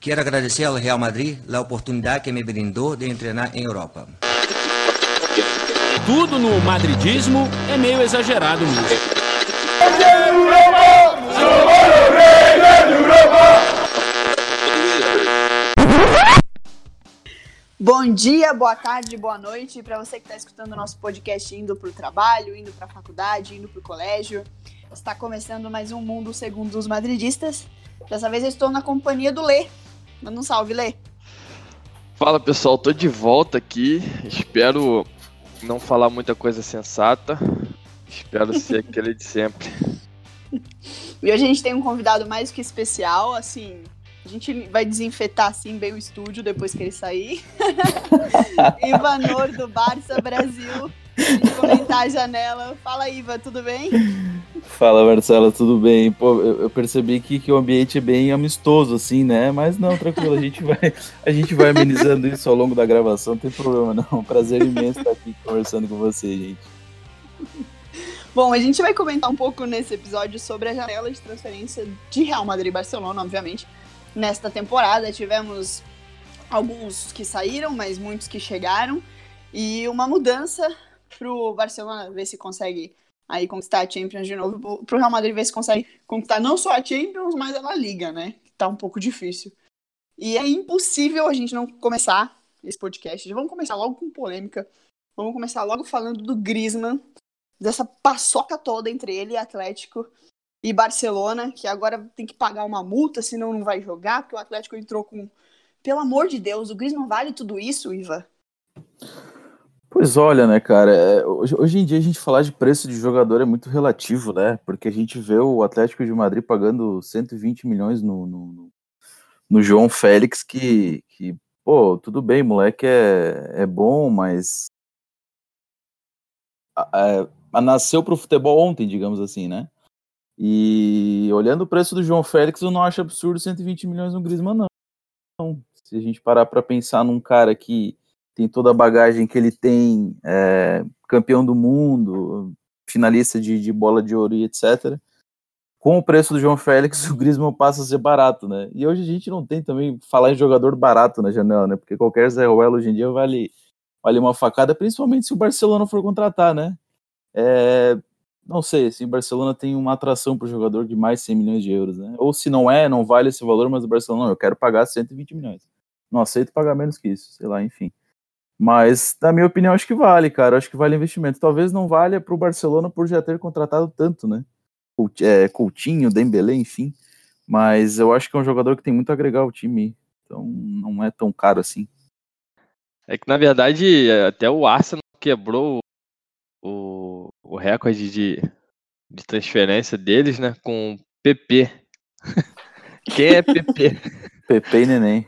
Quero agradecer ao Real Madrid a oportunidade que me brindou de treinar em Europa. Tudo no madridismo é meio exagerado mesmo. Bom dia, boa tarde, boa noite para você que está escutando o nosso podcast indo para o trabalho, indo para a faculdade, indo para o colégio. Está começando mais um Mundo Segundo os Madridistas. Dessa vez eu estou na companhia do Lê. Manda um salve, Lê. Fala pessoal, tô de volta aqui. Espero não falar muita coisa sensata. Espero ser aquele de sempre. E hoje a gente tem um convidado mais que especial, assim. A gente vai desinfetar assim bem o estúdio depois que ele sair. Ivanor do Barça Brasil. A gente comentar a janela. Fala, Iva, tudo bem? Fala, Marcela, tudo bem? Pô, eu percebi que o ambiente é bem amistoso, assim, né? Mas não, tranquilo, a gente vai amenizando isso ao longo da gravação, não tem problema não. Prazer imenso estar aqui conversando com você, gente. Bom, a gente vai comentar um pouco nesse episódio sobre a janela de transferência de Real Madrid e Barcelona, obviamente. Nesta temporada tivemos alguns que saíram, mas muitos que chegaram. E uma mudança para o Barcelona ver se consegue aí conquistar a Champions de novo. Para o Real Madrid ver se consegue conquistar não só a Champions, mas a La Liga, né? Que tá um pouco difícil. E é impossível a gente não começar esse podcast. Vamos começar logo com polêmica. Vamos começar logo falando do Griezmann, dessa paçoca toda entre ele e Atlético e Barcelona, que agora tem que pagar uma multa, senão não vai jogar, porque o Atlético entrou com... Pelo amor de Deus, o Griezmann vale tudo isso, Iva? Pois olha, né, cara, hoje em dia a gente falar de preço de jogador é muito relativo, né, porque a gente vê o Atlético de Madrid pagando 120 milhões no João Félix, que, pô, tudo bem, moleque é bom, mas nasceu pro futebol ontem, digamos assim, né. E olhando o preço do João Félix, eu não acho absurdo 120 milhões no Griezmann, não. Se a gente parar para pensar num cara que tem toda a bagagem que ele tem, campeão do mundo, finalista de bola de ouro e etc., com o preço do João Félix, o Griezmann passa a ser barato, né? E hoje a gente não tem também falar em jogador barato na janela, né? Porque qualquer Zé Ruelo hoje em dia vale uma facada, principalmente se o Barcelona for contratar, né? Não sei, se o Barcelona tem uma atração para o jogador de mais 100 milhões de euros, né? Ou se não vale esse valor, mas o Barcelona, eu quero pagar 120 milhões. Não aceito pagar menos que isso, sei lá, enfim. Mas, na minha opinião, acho que vale, cara. Acho que vale investimento. Talvez não valha para o Barcelona por já ter contratado tanto, né? Coutinho, Dembélé, enfim. Mas eu acho que é um jogador que tem muito a agregar ao time. Então, não é tão caro assim. É que, na verdade, até o Arsenal quebrou o recorde de transferência deles, né? Com o PP. Quem é PP? PP e Neném.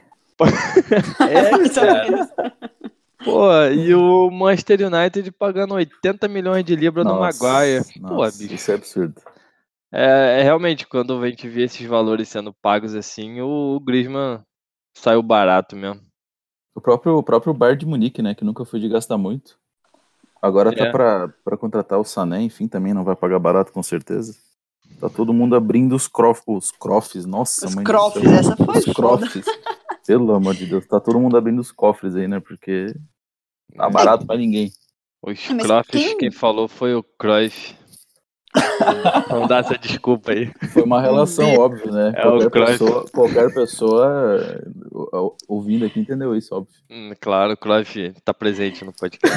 Cara. Pô, e o Manchester United pagando 80 milhões de libras no Maguire. Pô, bicho. Isso é absurdo. Realmente, quando a gente vê esses valores sendo pagos assim, o Griezmann saiu barato mesmo. O próprio Bayern de Munique, né, que nunca foi de gastar muito. Agora tá pra contratar o Sané, enfim, também não vai pagar barato, com certeza. Tá todo mundo abrindo os crofts, nossa, os mãe crofts, do céu. essa foi os crofts. Pelo amor de Deus, tá todo mundo abrindo os cofres aí, né, porque tá barato pra ninguém. Os crofts, quem falou foi o Cruyff. Não dá essa desculpa aí. Foi uma relação, óbvio, né? Qualquer pessoa ouvindo aqui entendeu isso, óbvio. Claro, o Cruyff tá presente no podcast.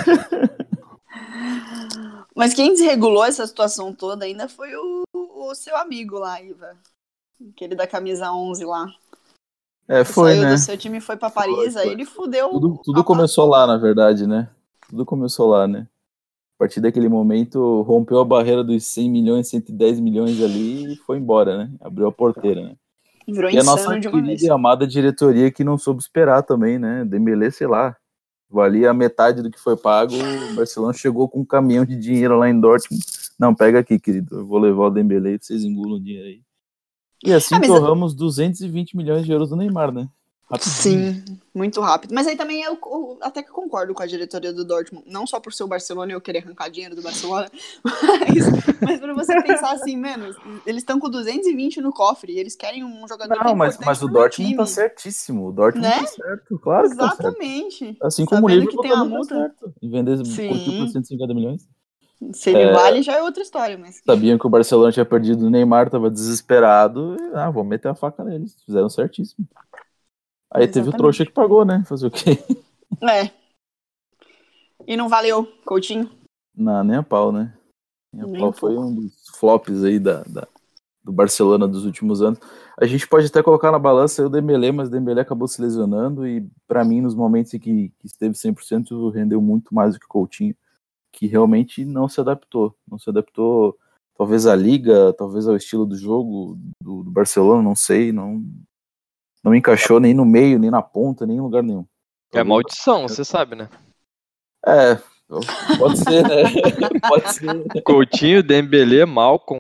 Mas quem desregulou essa situação toda ainda foi o seu amigo lá, Iva. Aquele da camisa 11 lá. Foi, saiu né? do seu time e foi pra Paris, aí ele fudeu. Tudo começou lá, na verdade, né? Tudo começou lá, né? A partir daquele momento, rompeu a barreira dos 100 milhões, 110 milhões ali e foi embora, né? Abriu a porteira, né? Virou e a insano nossa de uma vez. querida e amada diretoria que não soube esperar também, né? Dembélé, sei lá, valia a metade do que foi pago, o Barcelona chegou com um caminhão de dinheiro lá em Dortmund. Não, pega aqui, querido, eu vou levar o Dembélé e vocês engulam o dinheiro aí. E assim torramos 220 milhões de euros do Neymar, né? Rapidinho. Sim, muito rápido. Mas aí também eu até que concordo com a diretoria do Dortmund. Não só por ser o Barcelona e eu querer arrancar dinheiro do Barcelona, mas pra você pensar assim, mano, eles estão com 220 no cofre e eles querem um jogador que é Não, mas importante o pro meu Dortmund time. tá certíssimo. O Dortmund Né? tá certo. Claro que tá certo. Exatamente. Assim como o Sabendo Liverpool que tem uma também tá multa. certo. Em vender Sim. Coutinho por 150 milhões. Se ele vale, já é outra história, mas. Sabiam que o Barcelona tinha perdido o Neymar, tava desesperado. E, vamos meter a faca neles. Fizeram certíssimo. Aí teve o Exatamente. trouxa que pagou, né? Fazer o quê? É. E não valeu, Coutinho? Não, nem a pau, né? Nem a pau. Foi um dos flops aí do Barcelona dos últimos anos. A gente pode até colocar na balança o Dembélé, mas o Dembélé acabou se lesionando e pra mim, nos momentos em que esteve 100%, rendeu muito mais do que o Coutinho, que realmente não se adaptou. Não se adaptou, talvez à liga, talvez ao estilo do jogo do Barcelona, não sei, não encaixou nem no meio, nem na ponta, nem em lugar nenhum. É maldição, você sabe, né? É, pode ser, né? Pode ser. Coutinho, Dembélé, Malcom.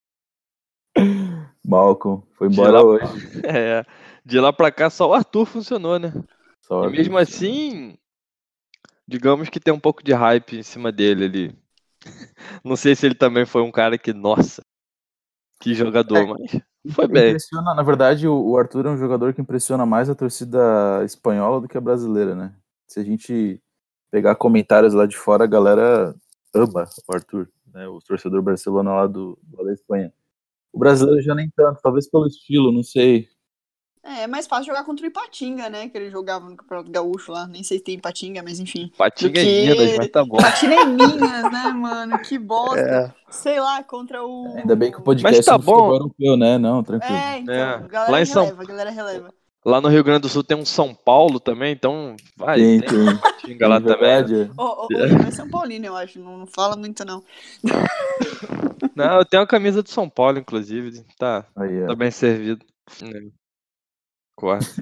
Foi embora hoje. De lá pra cá só o Arthur funcionou, né? Só e mesmo assim, digamos que tem um pouco de hype em cima dele ali. Não sei se ele também foi um cara que, nossa, que jogador, mas foi bem. Impressiona, na verdade, o Arthur é um jogador que impressiona mais a torcida espanhola do que a brasileira, né? Se a gente pegar comentários lá de fora, a galera ama o Arthur, né? O torcedor Barcelona lá da Espanha. O brasileiro já nem tanto, talvez pelo estilo, não sei. É mais fácil jogar contra o Ipatinga, né? Que ele jogava no Campeonato Gaúcho lá. Nem sei se tem Ipatinga, mas enfim. Ipatinga em Minas, mas tá bom. Ipatinga em Minas, né, mano? Que bosta. Sei lá, contra o... Ainda bem que o podcast Mas tá é do futebol bom. europeu, né? Não, tranquilo. Então. Lá em Galera releva. Lá no Rio Grande do Sul tem um São Paulo também, então vai. Tem. Xinga lá também. O Igor é São Paulino, eu acho. Não fala muito, não. Não, eu tenho a camisa do São Paulo, inclusive. Tá bem servido. Quase.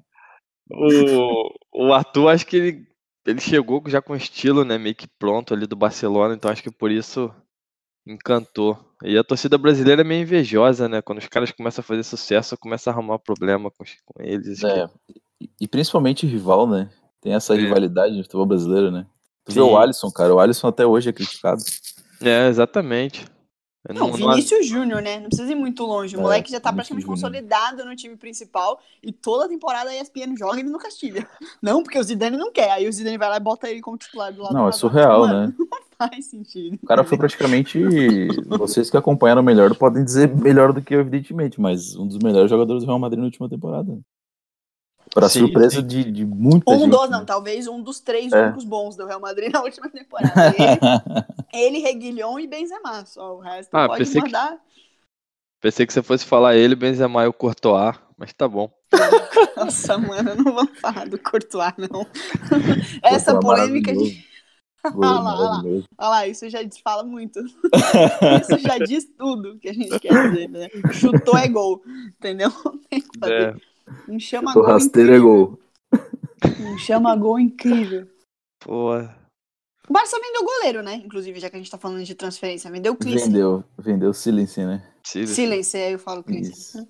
O Arthur, acho que ele chegou já com estilo, né? Meio que pronto ali do Barcelona, então acho que por isso encantou. E a torcida brasileira é meio invejosa, né? Quando os caras começam a fazer sucesso, começa a arrumar problema com eles. E principalmente rival, né? Tem essa rivalidade no futebol brasileiro, né? Tu vê Sim. o Alisson, cara. O Alisson até hoje é criticado. Exatamente. Não, Vinícius Júnior, né? Não precisa ir muito longe. O moleque já tá praticamente consolidado no time principal e toda a temporada a ESPN joga ele no Castilha. Não, porque o Zidane não quer. Aí o Zidane vai lá e bota ele como titular do lado. Não, é surreal, né? Não faz sentido. O cara foi praticamente... Vocês que acompanharam melhor podem dizer melhor do que eu, evidentemente, mas um dos melhores jogadores do Real Madrid na última temporada. Para surpresa de muita gente. Talvez um dos 3 únicos bons do Real Madrid na última temporada. Ele, Reguilhon e Benzema. Só o resto pode mandar. Pensei que você fosse falar ele, Benzema e o Courtois, mas tá bom. Nossa, mano, não vamos falar do Courtois, não. Essa polêmica de... Olha lá, isso já fala muito. Isso já diz tudo que a gente quer dizer, né? Chutou é gol, entendeu? Não tem que fazer. Um chama-gol rasteiro incrível. É gol. Um chama-gol incrível. Pô. O Barça vendeu goleiro, né? Inclusive, já que a gente tá falando de transferência. Vendeu o Cleese. Vendeu o Silence, né? Silence, aí eu falo Cleese.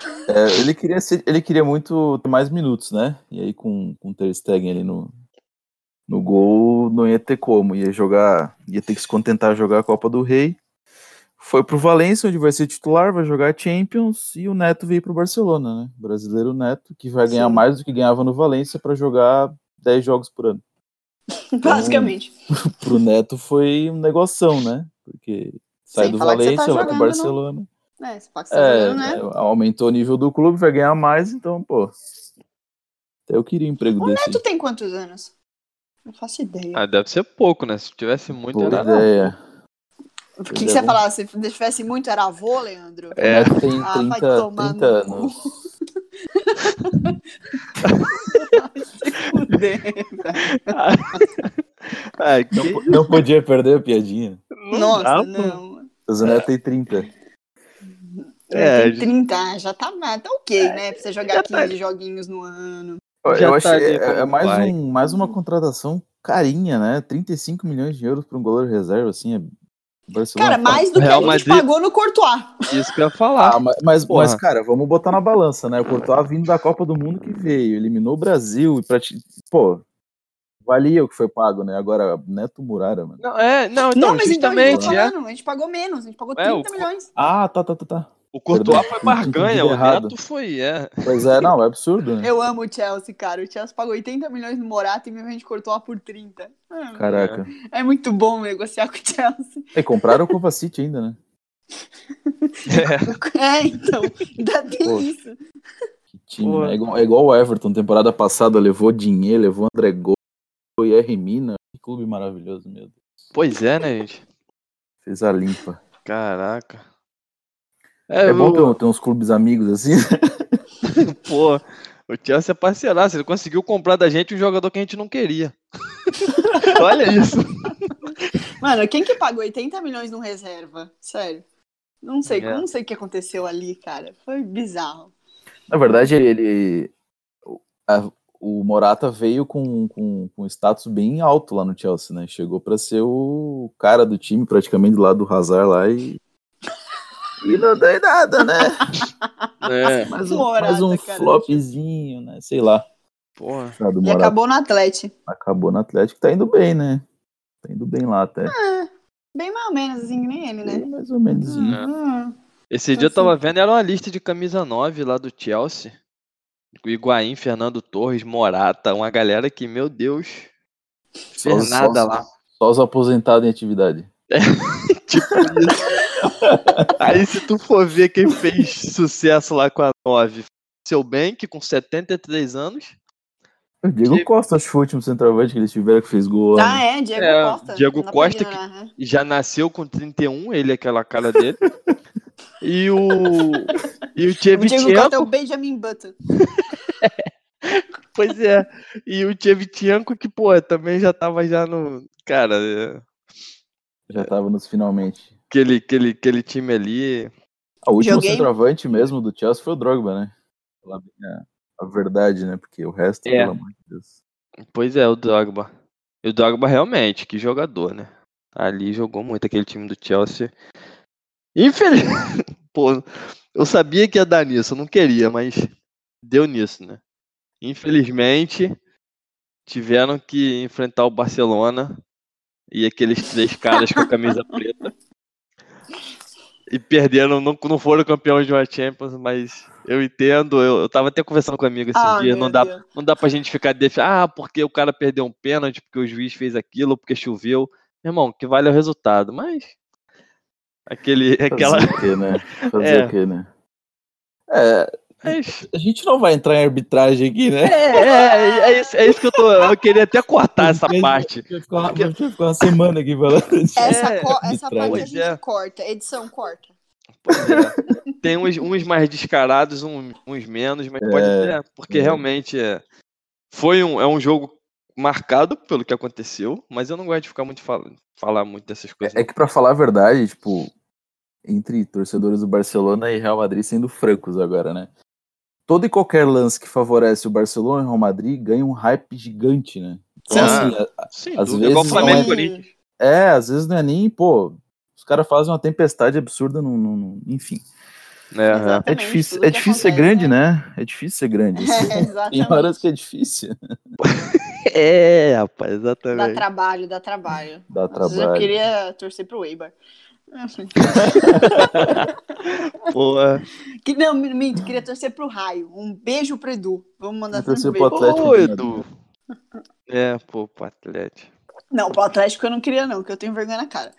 Ele queria muito ter mais minutos, né? E aí com o Ter Stegen ali no gol, não ia ter como. Ia ter que se contentar a jogar a Copa do Rei. Foi pro Valência, onde vai ser titular, vai jogar Champions, e o Neto veio pro Barcelona, né? O brasileiro Neto, que vai ganhar mais do que ganhava no Valência para jogar 10 jogos por ano. Basicamente. Então, pro Neto foi um negoção, né? Porque sai do Valência, vai pro Barcelona. Você pode estar jogando, né? Aumentou o nível do clube, vai ganhar mais, então, pô. Até eu queria um emprego desse. O Neto tem quantos anos? Não faço ideia. Deve ser pouco, né? Se tivesse muito, era ideia. O que você ia falar? Se tivesse muito, era avô, Leandro? O Neto tem 30 anos. Se fuder, não podia perder a piadinha. Nossa, não. O Neto tem 30. Tem 30, já tá ok, né? Pra você jogar 15 joguinhos no ano. Eu achei mais uma contratação carinha, né? 35 milhões de euros para um goleiro reserva, assim, Barcelona Cara, mais do que Real a gente Madrid- pagou no Courtois. Isso que eu ia falar. Mas, Porra. cara, vamos botar na balança, né? O Courtois vindo da Copa do Mundo que veio, eliminou o Brasil e pô, valia o que foi pago, né? Agora, Neto Murara, mano. Então, Não, mas então a gente justamente, tá falando, a gente pagou menos, a gente pagou 30 milhões. Ah, tá. O Courtois Perdão, foi tinha barganha, entendido o errado. Neto foi, Pois é, não, é absurdo, né? Eu amo o Chelsea, cara. O Chelsea pagou 80 milhões no Morata e me vende Courtois por 30. Caraca. É muito bom negociar com o Chelsea. E compraram o Kovacic ainda, né? Então, ainda tem Pô. isso. Que time, Pô. né? É igual o Everton, temporada passada levou Dinheiro, levou André Gol e R. Mina. Que clube maravilhoso, meu Deus. Pois é, né, gente? Fez a limpa. Caraca. É bom ter uns clubes amigos assim. Pô, o Chelsea é parceiraço. Ele conseguiu comprar da gente um jogador que a gente não queria. Olha isso. Mano, quem que pagou 80 milhões num reserva? Sério. Não sei, É. não sei o que aconteceu ali, cara. Foi bizarro. Na verdade, o Morata veio com um status bem alto lá no Chelsea, né? Chegou pra ser o cara do time, praticamente, lá do Hazard lá e não deu em nada, né? É, Mais Morata, um cara. flopzinho, né? Sei lá. porra. Do E Morata. acabou no Atlético. Acabou no Atlético, tá indo bem, né? Tá indo bem lá até. Bem mais ou menos, assim, que nem ele, Bem né? mais ou menos. Esse dia eu tava vendo, era uma lista de camisa 9 lá do Chelsea. O Higuaín, Fernando Torres, Morata, uma galera que, meu Deus, fez nada lá. Só os aposentados em atividade. Tipo isso. Aí se tu for ver quem fez sucesso lá com a 9, Seu Bank, com 73 anos. O Diego Costa, acho que foi o último centroavante que eles tiveram que fez gol lá. Ah, é, Diego Costa. Diego Não dá pra Costa, ignorar, que já nasceu com 31, ele é aquela cara dele. E o O Diego Costa é o Shevchenko, Benjamin Button. pois é. E o Shevchenko que, pô, também já tava já no... Cara, Já tava nos finalmente. aquele time ali... O último Joguei- centroavante mesmo do Chelsea foi o Drogba, né? Falar bem a verdade, né? Porque o resto, pelo amor de Deus. Pois é, o Drogba. E o Drogba realmente, que jogador, né? Ali jogou muito aquele time do Chelsea. Infelizmente, pô, eu sabia que ia dar nisso, eu não queria, mas deu nisso, né? Infelizmente, tiveram que enfrentar o Barcelona e aqueles 3 caras com a camisa preta. E perderam, não foram campeões de uma Champions, mas eu entendo, eu tava até conversando com um amigo esses dias, meu não Deus. dá pra gente ficar porque o cara perdeu um pênalti, porque o juiz fez aquilo, porque choveu. Meu irmão, que vale é o resultado, mas aquela... Fazer o quê, né? Fazer o quê, né? Mas, A gente não vai entrar em arbitragem aqui, né? é isso que eu queria até cortar essa parte. Vai ficar uma semana aqui falando disso. Essa parte a Pois gente é. corta, edição corta. Pois é. Tem uns mais descarados, uns menos, mas pode ser, porque realmente é um jogo marcado pelo que aconteceu, mas eu não gosto de ficar muito falar muito dessas coisas. É que pra falar a verdade, tipo, entre torcedores do Barcelona e Real Madrid, sendo francos agora, né? Todo e qualquer lance que favorece o Barcelona e o Real Madrid ganha um hype gigante, né? Então, Sem às dúvida, igual vezes Flamengo não e é- Corinthians. às vezes não é nem, pô, os caras fazem uma tempestade absurda, enfim. Exatamente, É difícil tudo que ser acontece, grande, né? É difícil ser grande. Assim. Tem Exatamente. horas que é difícil. Rapaz, exatamente. Dá trabalho. Dá Às vezes eu trabalho. queria torcer pro Eibar. Porra. Não, minto, queria torcer pro Raio. Um beijo pro Edu. Vamos mandar Queria torcer sempre pro um beijo. Atlético Ô, de Edu. Pro Atlético. Não, pro Atlético eu não queria não, porque eu tenho vergonha na cara.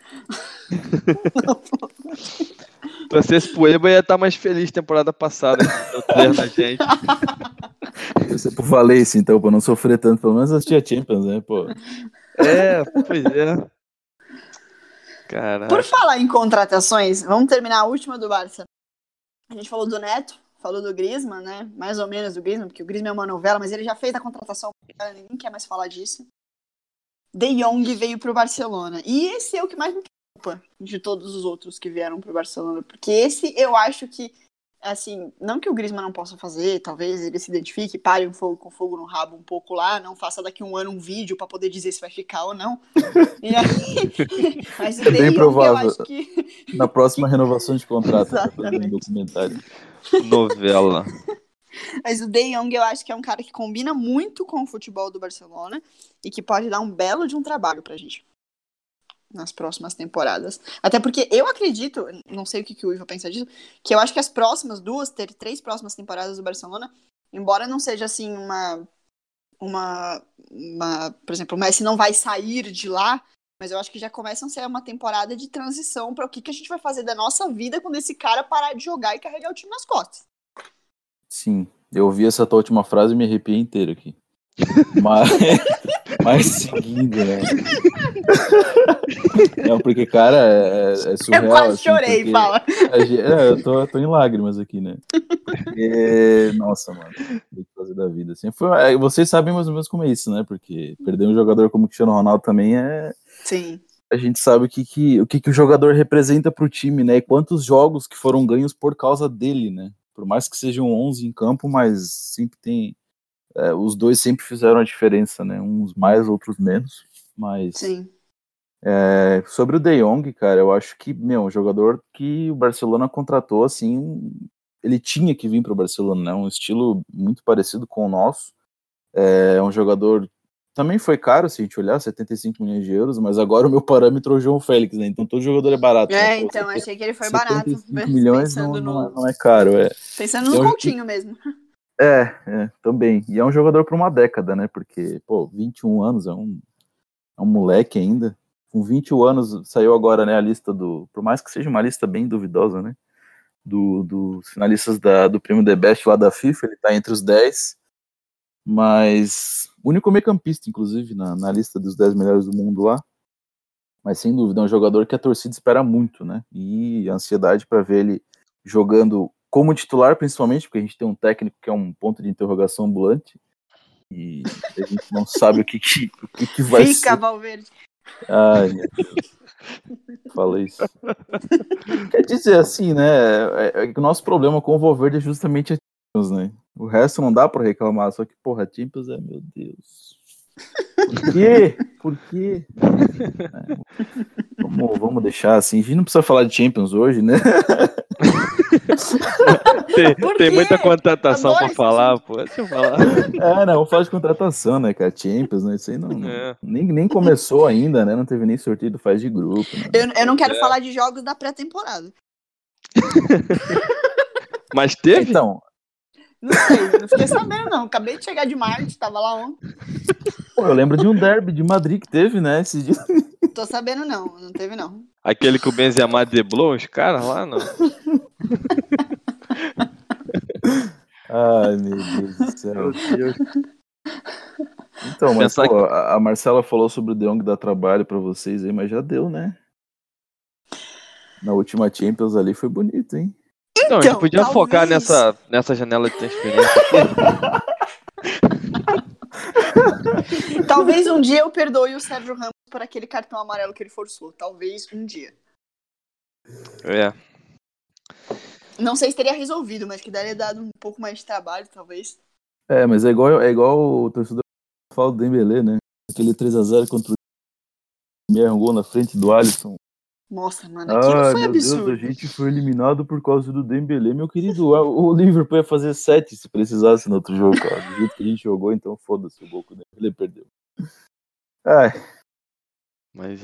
Se torcesse pro Eibar, ia estar mais feliz temporada passada, que deu 3 na gente. Torcer pro Valência, então, pra não sofrer tanto. Pelo menos assistir a Champions, né, pô? Pois é. Caraca. Por falar em contratações, vamos terminar a última do Barça. A gente falou do Neto, falou do Griezmann, né? Mais ou menos do Griezmann, porque o Griezmann é uma novela, mas ele já fez a contratação, ninguém quer mais falar disso. De Jong veio pro Barcelona. E esse é o que mais me preocupa de todos os outros que vieram pro Barcelona, porque esse eu acho que assim, não que o Griezmann não possa fazer, talvez ele se identifique, pare com fogo no rabo um pouco lá, não faça daqui um ano um vídeo pra poder dizer se vai ficar ou não. E aí, mas o É De bem Jong, provável. eu acho que... Na próxima renovação de contrato, pra fazer Exatamente. um documentário. Novela. Mas o De Jong eu acho que é um cara que combina muito com o futebol do Barcelona e que pode dar um belo de um trabalho pra gente nas próximas temporadas. Até porque eu acredito, não sei o que o Ivo pensa disso, que eu acho que as próximas três próximas temporadas do Barcelona, embora não seja assim por exemplo, o Messi não vai sair de lá, mas eu acho que já começam a ser uma temporada de transição para o que a gente vai fazer da nossa vida quando esse cara parar de jogar e carregar o time nas costas. Sim, eu ouvi essa tua última frase e me arrepiei inteiro aqui. Mas seguindo, né? Não, porque, cara, é surreal. Eu quase assim, chorei, porque fala. eu tô em lágrimas aqui, né? Nossa, mano, tem que fazer da vida. Assim, vocês sabem mais ou menos como é isso, né? Porque perder um jogador como o Cristiano Ronaldo também é... Sim. A gente sabe o que o jogador representa pro time, né? E quantos jogos que foram ganhos por causa dele, né? Por mais que sejam 11 em campo, mas sempre tem... os dois sempre fizeram a diferença, né? Uns mais, outros menos. Mas Sim. sobre o De Jong, cara, eu acho que, um jogador que o Barcelona contratou, assim, ele tinha que vir para o Barcelona, né? Um estilo muito parecido com o nosso. É um jogador... Também foi caro, se a gente olhar, 75 milhões de euros, mas agora o meu parâmetro é o João Félix, né? Então todo jogador é barato. Né? Então, achei que ele foi barato. 75 milhões não é caro. Pensando no Coutinho mesmo. Também. E é um jogador para uma década, né? Porque, 21 anos é um moleque ainda. Com 21 anos saiu agora, né, a lista por mais que seja uma lista bem duvidosa, né? Dos finalistas do prêmio The Best lá da FIFA, ele tá entre os 10. Mas o único meio-campista, inclusive, na lista dos 10 melhores do mundo lá. Mas sem dúvida, é um jogador que a torcida espera muito, né? E a ansiedade para ver ele jogando como titular, principalmente, porque a gente tem um técnico que é um ponto de interrogação ambulante. E a gente não sabe o que vai ser. Fica, Valverde. Ai, meu Deus. Fala isso. Quer dizer, assim, né? O nosso problema com o Valverde é justamente a Champions, né? O resto não dá pra reclamar, só que, porra, a Champions meu Deus. Por quê? Vamos deixar assim. A gente não precisa falar de Champions hoje, né? Tem muita contratação Adoro pra falar, pô. Deixa eu falar. Vamos falar de contratação, né, cara? Champions, né? Isso aí nem começou ainda, né? Não teve nem sorteio do fase de grupo. Né? Eu não quero falar de jogos da pré-temporada. Mas teve? Então. Não sei, não fiquei sabendo, não. Acabei de chegar de Marte, tava lá ontem. Eu lembro de um derby de Madrid que teve, né? Esse dia. Tô sabendo, não teve, não. Aquele que o Benzema driblou os caras lá, não? Ai, meu Deus do céu. Meu Deus. Então, mas a Marcela falou sobre o De Jong dar trabalho pra vocês aí, mas já deu, né? Na última Champions ali foi bonito, hein? Não, a gente podia talvez... focar nessa janela de transferência aqui. Talvez um dia eu perdoe o Sérgio Ramos por aquele cartão amarelo que ele forçou. Talvez um dia. Não sei se teria resolvido, mas que daria dado um pouco mais de trabalho, talvez. Mas é igual o torcedor fala do Dembélé, né? Aquele 3-0 contra o primeiro gol na frente do Alisson. Nossa, mano, aquilo foi absurdo. Deus, a gente foi eliminado por causa do Dembélé, meu querido. O Liverpool ia fazer 7 se precisasse no outro jogo, cara. Do jeito que a gente jogou, então foda-se o gol que o Dembélé perdeu. Mas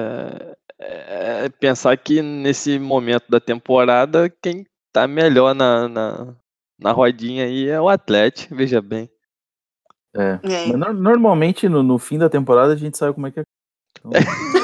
pensar que nesse momento da temporada, quem tá melhor na rodinha aí é o Atlético, veja bem. Mas normalmente no fim da temporada a gente sabe como é que é. Então...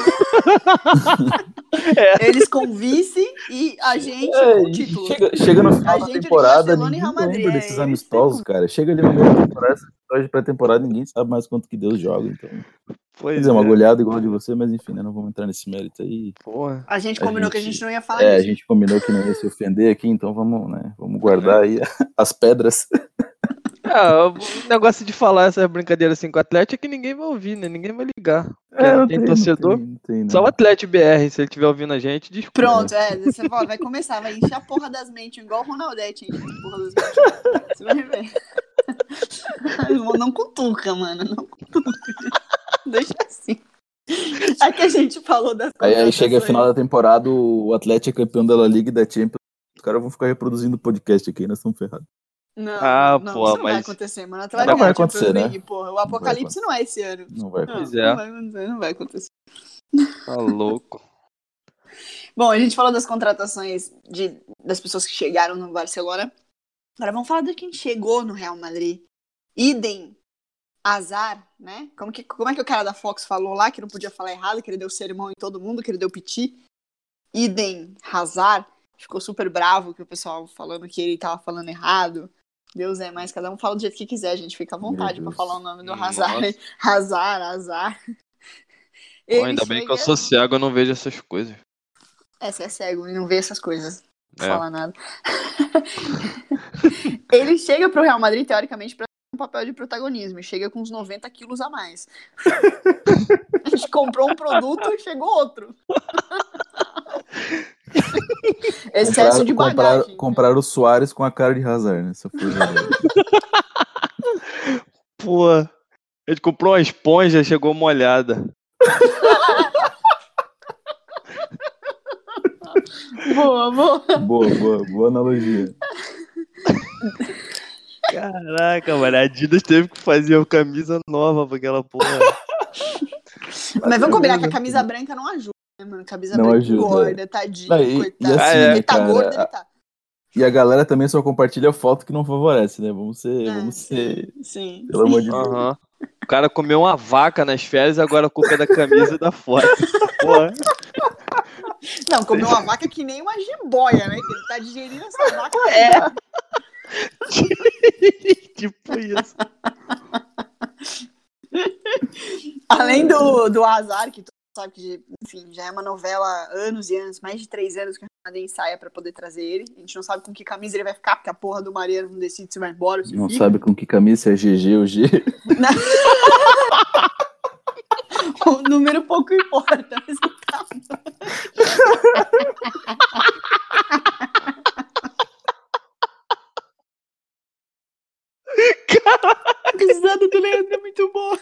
Eles com vice e a gente com título. Chega no final da temporada, ninguém lembra desses amistosos, cara. Chega ali no meio da temporada, de pré-temporada, ninguém sabe mais quanto que Deus joga, então... Quer dizer, uma goleada igual a de você, mas enfim, né? Não vamos entrar nesse mérito aí. Porra. A gente combinou que a gente não ia falar disso. A gente combinou que não ia se ofender aqui, então vamos guardar aí as pedras. O negócio de falar essa brincadeira assim com o Atlético é que ninguém vai ouvir, né? Ninguém vai ligar. porque não tem torcedor. Não tem, Só o Atlético BR, se ele estiver ouvindo a gente, desculpa. Pronto, você fala, vai começar, vai encher a porra das mentes, igual o Ronaldete enche a porra das mentes. Você vai ver. Não cutuca, mano, não cutuca. Deixa assim. Aqui a gente falou das Aí chega a final da temporada, o Atlético é campeão da La Liga e da Champions. Os caras vão ficar reproduzindo o podcast aqui, nós estamos ferrados. Não, pô, isso não vai mas- acontecer, mano. Não vai acontecer, né? Porra. O apocalipse não é esse ano. Não vai Não, acontecer. é. não vai acontecer. Tá louco. Bom, a gente falou das contratações das pessoas que chegaram no Barcelona. Agora vamos falar de quem chegou no Real Madrid. Eden Hazard, né? Como é que o cara da Fox falou lá, que não podia falar errado, que ele deu sermão em todo mundo, que ele deu piti? Eden Hazard ficou super bravo, que o pessoal falando que ele tava falando errado. Deus é mais, cada um fala do jeito que quiser, a gente fica à vontade pra falar o nome do Hazard. Hazard. Pô, ainda bem que eu sou cego, eu não vejo essas coisas. Você é cego e não vê essas coisas. Não É. fala nada. Ele chega pro Real Madrid, teoricamente, pra ter um papel de protagonismo. E chega com uns 90 quilos a mais. A gente comprou um produto e chegou outro. Excesso de bagagem. Compraram o Suárez com a cara de Hazard, né? Essa foi Pô, a gente comprou uma esponja, chegou molhada. Boa. Analogia. Caraca, mano, a Adidas teve que fazer uma camisa nova pra aquela porra. Mas vamos combinar que a camisa branca não ajuda, né, mano? Camisa Não branca ajuda. gorda, tadinho, Não, e coitado. assim, Ele tá cara, gordo, ele tá. E a galera também só compartilha foto que não favorece, né? Vamos ser. Sim. Pelo amor de Deus. Aham. O cara comeu uma vaca nas férias, agora a culpa é da camisa e da foto. Porra. Não, comeu uma vaca que nem uma jiboia, né? Que ele tá digerindo essa vaca. Tipo isso. Além do Hazard, que tu sabe que, enfim, já é uma novela há anos e anos, mais de 3 anos que o Real Madrid ensaia pra poder trazer ele. A gente não sabe com que camisa ele vai ficar, porque a porra do Mariano não decide se vai embora ou se Não fica. sabe com que camisa, se é GG ou G. O número pouco importa, mas tá. A risada do Leandro é muito boa.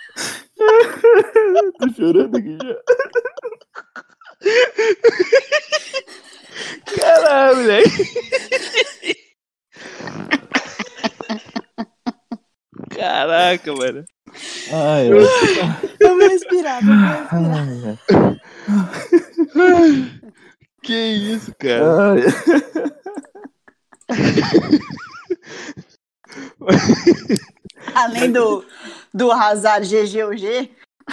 Tô chorando aqui já. Caralho, moleque. Caraca, mano. Ai, Vamos respirar. Que isso, cara? ai. Além do Hazard GG ou G,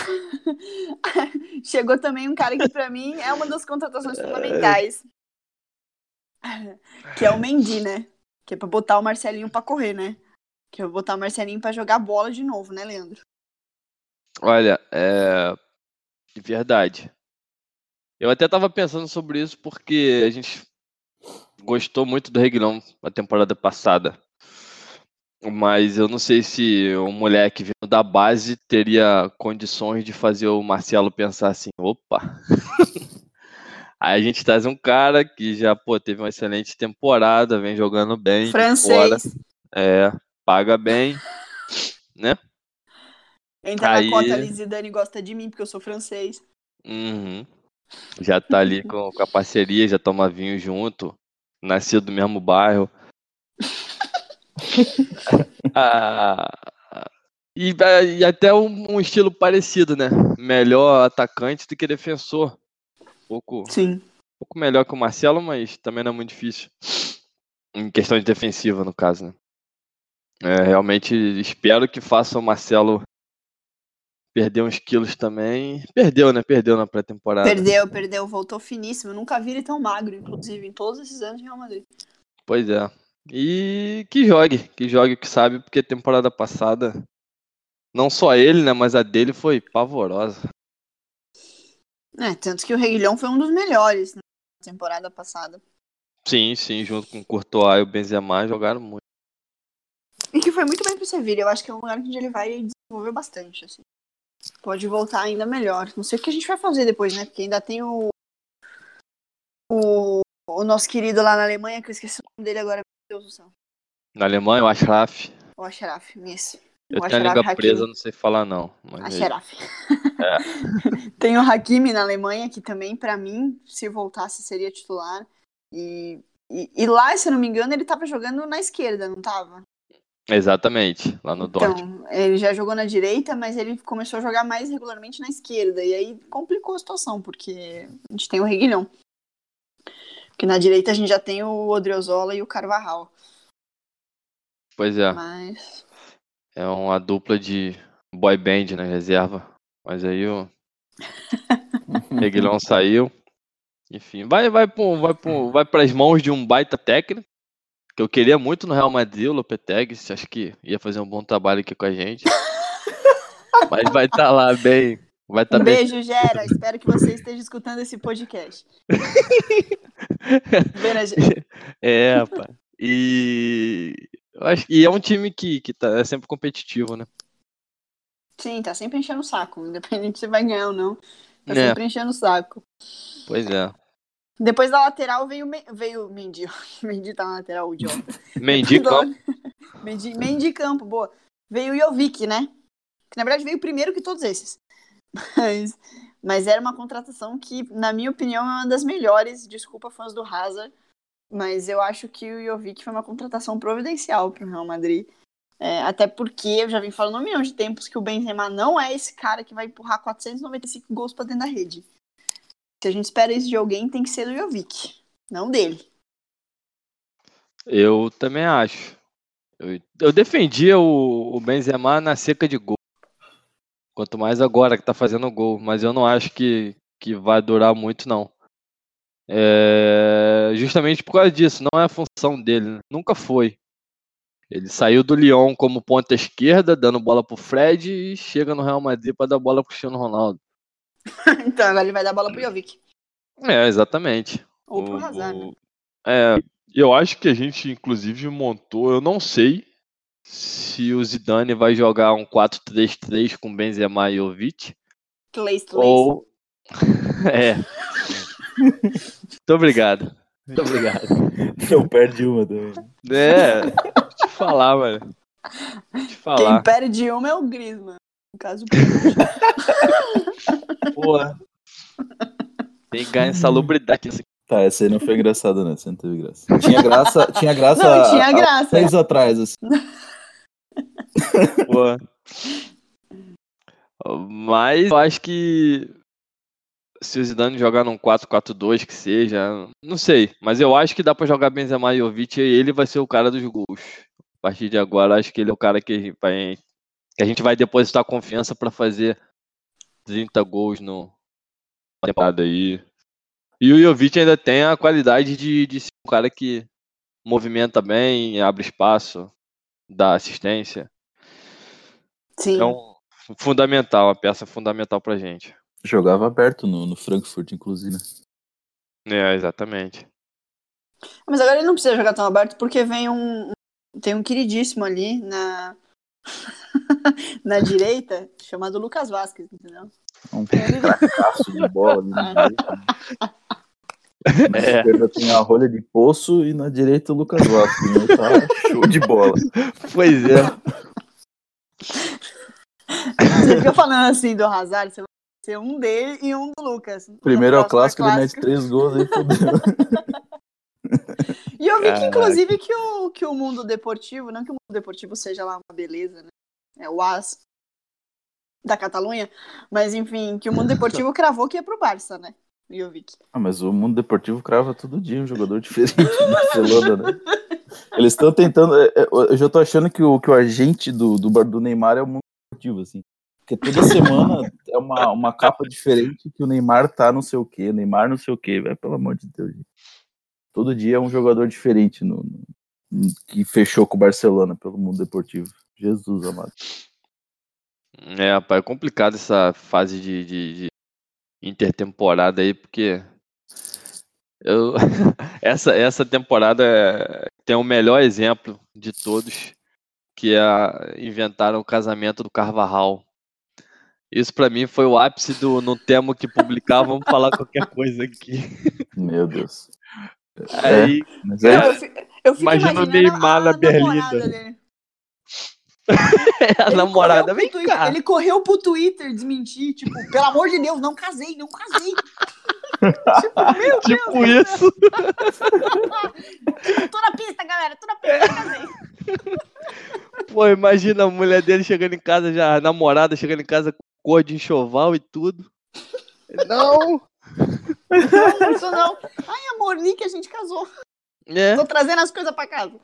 chegou também um cara que pra mim é uma das contratações fundamentais, que é o Mendy, né? Que é pra botar o Marcelinho pra correr, né? Que é botar o Marcelinho pra jogar bola de novo, né, Leandro? Olha, de verdade. Eu até tava pensando sobre isso porque a gente gostou muito do Reguilão na temporada passada. Mas eu não sei se um moleque vindo da base teria condições de fazer o Marcelo pensar assim, opa. Aí a gente traz um cara que já, teve uma excelente temporada, vem jogando bem. Francês. Paga bem, né? Entra Aí- na cota ali, Zidane gosta de mim porque eu sou francês. Uhum. Já tá ali com a parceria, já toma vinho junto, nascido do mesmo bairro. E até um estilo parecido, né? Melhor atacante do que defensor. Um Sim. pouco melhor que o Marcelo, mas também não é muito difícil. Em questão de defensiva, no caso, né? Realmente espero que faça o Marcelo perder uns quilos também. Perdeu, né? Perdeu na pré-temporada. Perdeu, voltou finíssimo. Eu nunca vi ele tão magro, inclusive, em todos esses anos de Real Madrid. Pois é. E que jogue o que sabe, porque temporada passada, não só ele, né, mas a dele foi pavorosa. Tanto que o Reguilhão foi um dos melhores na temporada passada. Sim, junto com o Courtois e o Benzema jogaram muito. E que foi muito bem pro Sevilla. Eu acho que é um lugar onde ele vai desenvolver bastante, assim. Pode voltar ainda melhor. Não sei o que a gente vai fazer depois, né? Porque ainda tem o nosso querido lá na Alemanha, que eu esqueci o nome dele agora, meu Deus do céu. Na Alemanha, o Achraf. O Achraf, isso. Eu O tenho a Achraf língua presa, Hakimi. não sei falar não. Mas Achraf. Tem o Hakimi na Alemanha, que também, pra mim, se voltasse, seria titular. E lá, se eu não me engano, ele tava jogando na esquerda, não tava? Exatamente, lá no Dortmund. Então, ele já jogou na direita, mas ele começou a jogar mais regularmente na esquerda. E aí complicou a situação, porque a gente tem o Reguilhão. Porque na direita a gente já tem o Odriozola e o Carvajal. Pois é, Mas... é uma dupla de boy band na reserva. Mas aí o Reguilhão saiu. Enfim, vai para as mãos de um baita técnico, que eu queria muito no Real Madrid, o Lopetegui. Acho que ia fazer um bom trabalho aqui com a gente. Mas vai estar lá bem. Vai estar Um bem. beijo, Gera. Espero que você esteja escutando esse podcast. Vera, Gera. É, rapaz. E eu acho que é um time que é sempre competitivo, né? Sim, tá sempre enchendo o saco. Independente se vai ganhar ou não. Tá É. sempre enchendo o saco. Pois é. Depois da lateral veio o Mendy. Mendy tá na lateral, o idiota. Mendy Campo. Mendy Campo, boa. Veio o Jovic, né? Que na verdade veio primeiro que todos esses. Mas era uma contratação que, na minha opinião, é uma das melhores. Desculpa, fãs do Hazard. Mas eu acho que o Jovic foi uma contratação providencial pro Real Madrid. Até porque eu já vim falando 1 milhão de tempos que o Benzema não é esse cara que vai empurrar 495 gols pra dentro da rede. Se a gente espera isso de alguém, tem que ser do Jovic, não dele. Eu também acho. Eu defendia o Benzema na seca de gol. Quanto mais agora que tá fazendo gol. Mas eu não acho que vai durar muito, não. Justamente por causa disso. Não é a função dele. Né? Nunca foi. Ele saiu do Lyon como ponta esquerda, dando bola pro Fred, e chega no Real Madrid para dar bola pro Cristiano Ronaldo. Então agora ele vai dar bola pro Jovic. Exatamente. Ou pro Hazard. Eu acho que a gente, inclusive, montou... Eu não sei se o Zidane vai jogar um 4-3-3 com Benzema e Jovic. Ou... Muito obrigado. Eu perdi uma também. Te falar, mano. Quem perde uma é o Griezmann. No caso, Boa. Tem que ganhar insalubridade. Tá, essa aí não foi engraçada, né? Você não teve graça. Tinha graça. Não, tinha graça. 10 atrás, assim. Boa. Mas eu acho que se o Zidane jogar num 4-4-2 que seja, não sei, mas eu acho que dá pra jogar Benzema e Jovic e ele vai ser o cara dos gols. A partir de agora, acho que ele é o cara que a gente vai depositar confiança pra fazer 30 gols na temporada aí. E o Jovic ainda tem a qualidade de ser um cara que movimenta bem, abre espaço, dá assistência. Sim. Então, fundamental, uma peça fundamental pra gente. Jogava aberto no Frankfurt, inclusive. Exatamente. Mas agora ele não precisa jogar tão aberto porque tem um queridíssimo ali na direita, chamado Lucas Vazquez, entendeu? Um cracaço de bola ali na direita. Na esquerda tem a rolha de poço e na direita o Lucas Vazquez, né? Tá show de bola. Pois é. Você fica falando assim do Hazard, você vai ser um dele e um do Lucas. Primeiro é o clássico, ele mete 3 gols aí, fodeu. E eu vi que, inclusive, que o mundo deportivo, não que o mundo deportivo seja lá uma beleza, né? É o AS da Catalunha, mas enfim, que o mundo deportivo cravou que ia pro Barça, né? Jovic. Mas o mundo deportivo crava todo dia um jogador diferente do Barcelona, né? Eles estão tentando. Eu já tô achando que o agente do Neymar é o mundo deportivo, assim. Porque toda semana é uma capa diferente que o Neymar tá não sei o quê, Neymar não sei o quê. Pelo amor de Deus, gente. Todo dia é um jogador diferente que fechou com o Barcelona pelo mundo deportivo. Jesus amado. Rapaz, é complicado essa fase de intertemporada aí, porque essa temporada tem o melhor exemplo de todos, que inventaram o casamento do Carvajal. Isso pra mim foi o ápice do no tema que publicar, vamos falar qualquer coisa aqui. Meu Deus. Aí, Mas Não, é, eu fico imagina o imaginando Neymar na a Berlinda. namorada dele. a Ele namorada, correu vem pro Twitter, cá. ele correu pro Twitter desmentir, tipo, pelo amor de Deus, não casei. Tipo, meu Deus. Tipo isso. Tipo, tô na pista, galera, tô na pista, não casei. Pô, imagina a mulher dele chegando em casa, já a namorada chegando em casa com cor de enxoval e tudo. Não! Não, isso não. Ai, amor, li que a gente casou. É, Tô trazendo as coisas pra casa.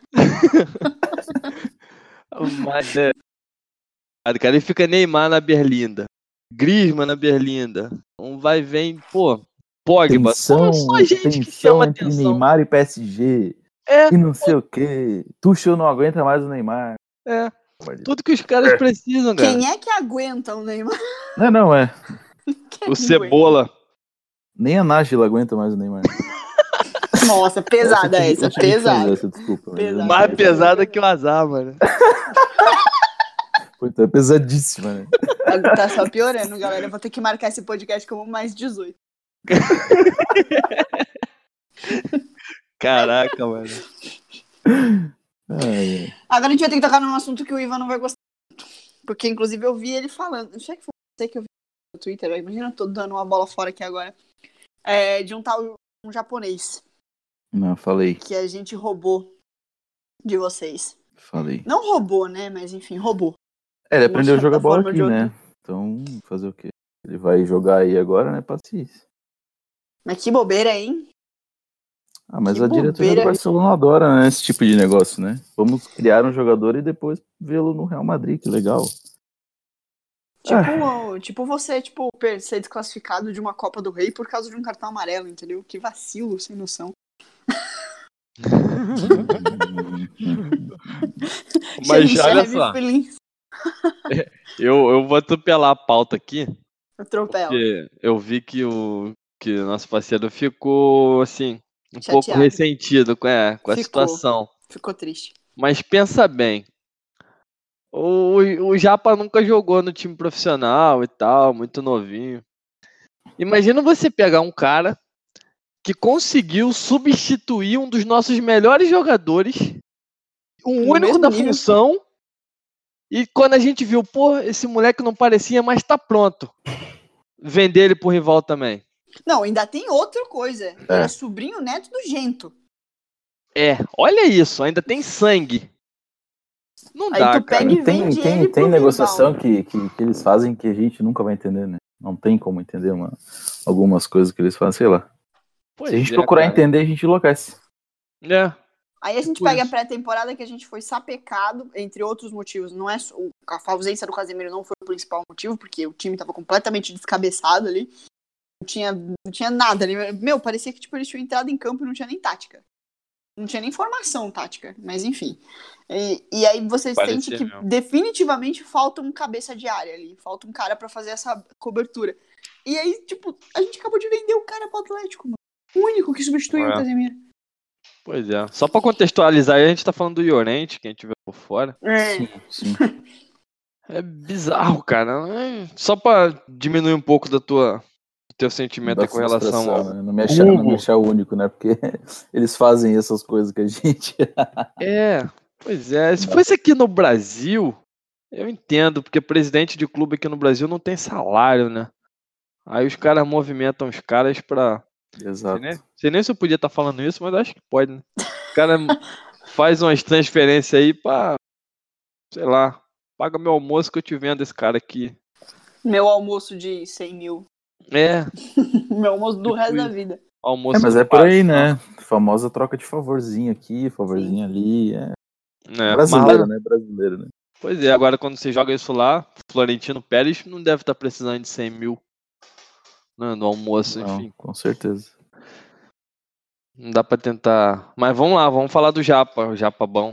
mas é. Cara, ele fica Neymar na Berlinda, Griezmann na Berlinda, um vai e vem, pô, Pogba, só gente que tensão chama entre atenção. Neymar e PSG. É, E não sei o quê. Tuchel não aguenta mais o Neymar. é. Tudo que os caras precisam, cara. Quem é que aguenta o Neymar? Não é. Quem O Cebola. Nem a Nájila aguenta mais o Neymar. Nossa, pesada eu tive- essa, eu tive que fazer pesada. essa, desculpa. mas Pesada. eu- Mais pesada que o azar, mano. Puta, é pesadíssima, né? Tá só piorando, galera. Eu vou ter que marcar esse podcast como mais 18. Caraca, mano. Ai, ai. Agora a gente vai ter que tocar num assunto que o Ivan não vai gostar. Porque, inclusive, eu vi ele falando. Não sei que foi você que eu vi no Twitter. Imagina, eu tô dando uma bola fora aqui agora. De um tal um japonês Não, falei. que a gente roubou de vocês. Falei. Não roubou, né? Mas enfim, roubou. Ele aprendeu a Uma jogar bola forma aqui, ou de né? Então, fazer o quê? Ele vai jogar aí agora, né? Paciência. Mas que bobeira, hein? Ah, mas Que a diretoria bobeira. do Barcelona adora, né, esse tipo de negócio, né? Vamos criar um jogador e depois vê-lo no Real Madrid, que legal. Tipo você, tipo, ser desclassificado de uma Copa do Rei por causa de um cartão amarelo, entendeu? Que vacilo, sem noção. Mas Gente, olha serve só, feliz. eu vou atropelar a pauta aqui, Atropela. porque eu vi que o nosso parceiro ficou, assim, um pouco Chateado. ressentido com a Ficou. situação. Ficou triste. Mas pensa bem, o Japa nunca jogou no time profissional e tal, muito novinho. Imagina você pegar um cara que conseguiu substituir um dos nossos melhores jogadores, um No único mesmo da nível. função, e quando a gente viu, pô, esse moleque não parecia, mas tá pronto. Vender ele pro rival também. Não, ainda tem outra coisa. Ele é sobrinho neto do Gento. É, olha isso, ainda tem sangue. Não Aí dá, tu cara. pega e vende ele pro Tem negociação rival. que eles fazem que a gente nunca vai entender, né? Não tem como entender algumas coisas que eles fazem, sei lá. Pois Se a gente é, procurar cara. entender, a gente enlouquece. É, Aí a gente Tipo pega isso. a pré-temporada que a gente foi sapecado, entre outros motivos. Não é a ausência do Casemiro não foi o principal motivo, porque o time tava completamente descabeçado ali. Não tinha nada ali. Meu, parecia que tipo, eles tinham entrado em campo e não tinha nem tática. Não tinha nem formação tática, mas enfim. E aí você Parecia sente que mesmo. definitivamente falta um cabeça de área ali. Falta um cara pra fazer essa cobertura. E aí, tipo, a gente acabou de vender o cara pro Atlético, mano. O único que substitui o Casemiro. pois é. Só pra contextualizar, aí a gente tá falando do Llorente, quem tiver por fora. Sim. É bizarro, cara. Só pra diminuir um pouco do teu sentimento Da aí com relação frustração, ao né? Não me achar o único, né? Porque eles fazem essas coisas que a gente... Pois é. Se fosse aqui no Brasil, eu entendo, porque presidente de clube aqui no Brasil não tem salário, né? Aí os caras movimentam os caras pra... Exato. Sei nem se eu podia estar falando isso, mas acho que pode, né? O cara faz umas transferências aí pra... Sei lá, paga meu almoço que eu te vendo esse cara aqui. Meu almoço de 100 mil. É, Meu almoço do Tipo resto da isso. vida. almoço Mas do é por aí, patrão. né? Famosa troca de favorzinho aqui, favorzinho ali. É, Brasileiro, mas- né? Brasileiro, né? Pois é, agora quando você joga isso lá, Florentino Pérez não deve estar precisando de 100 mil, né, no almoço, Não, enfim. com certeza. Não dá pra tentar. Mas vamos lá, vamos falar do Japa, o Japa bom.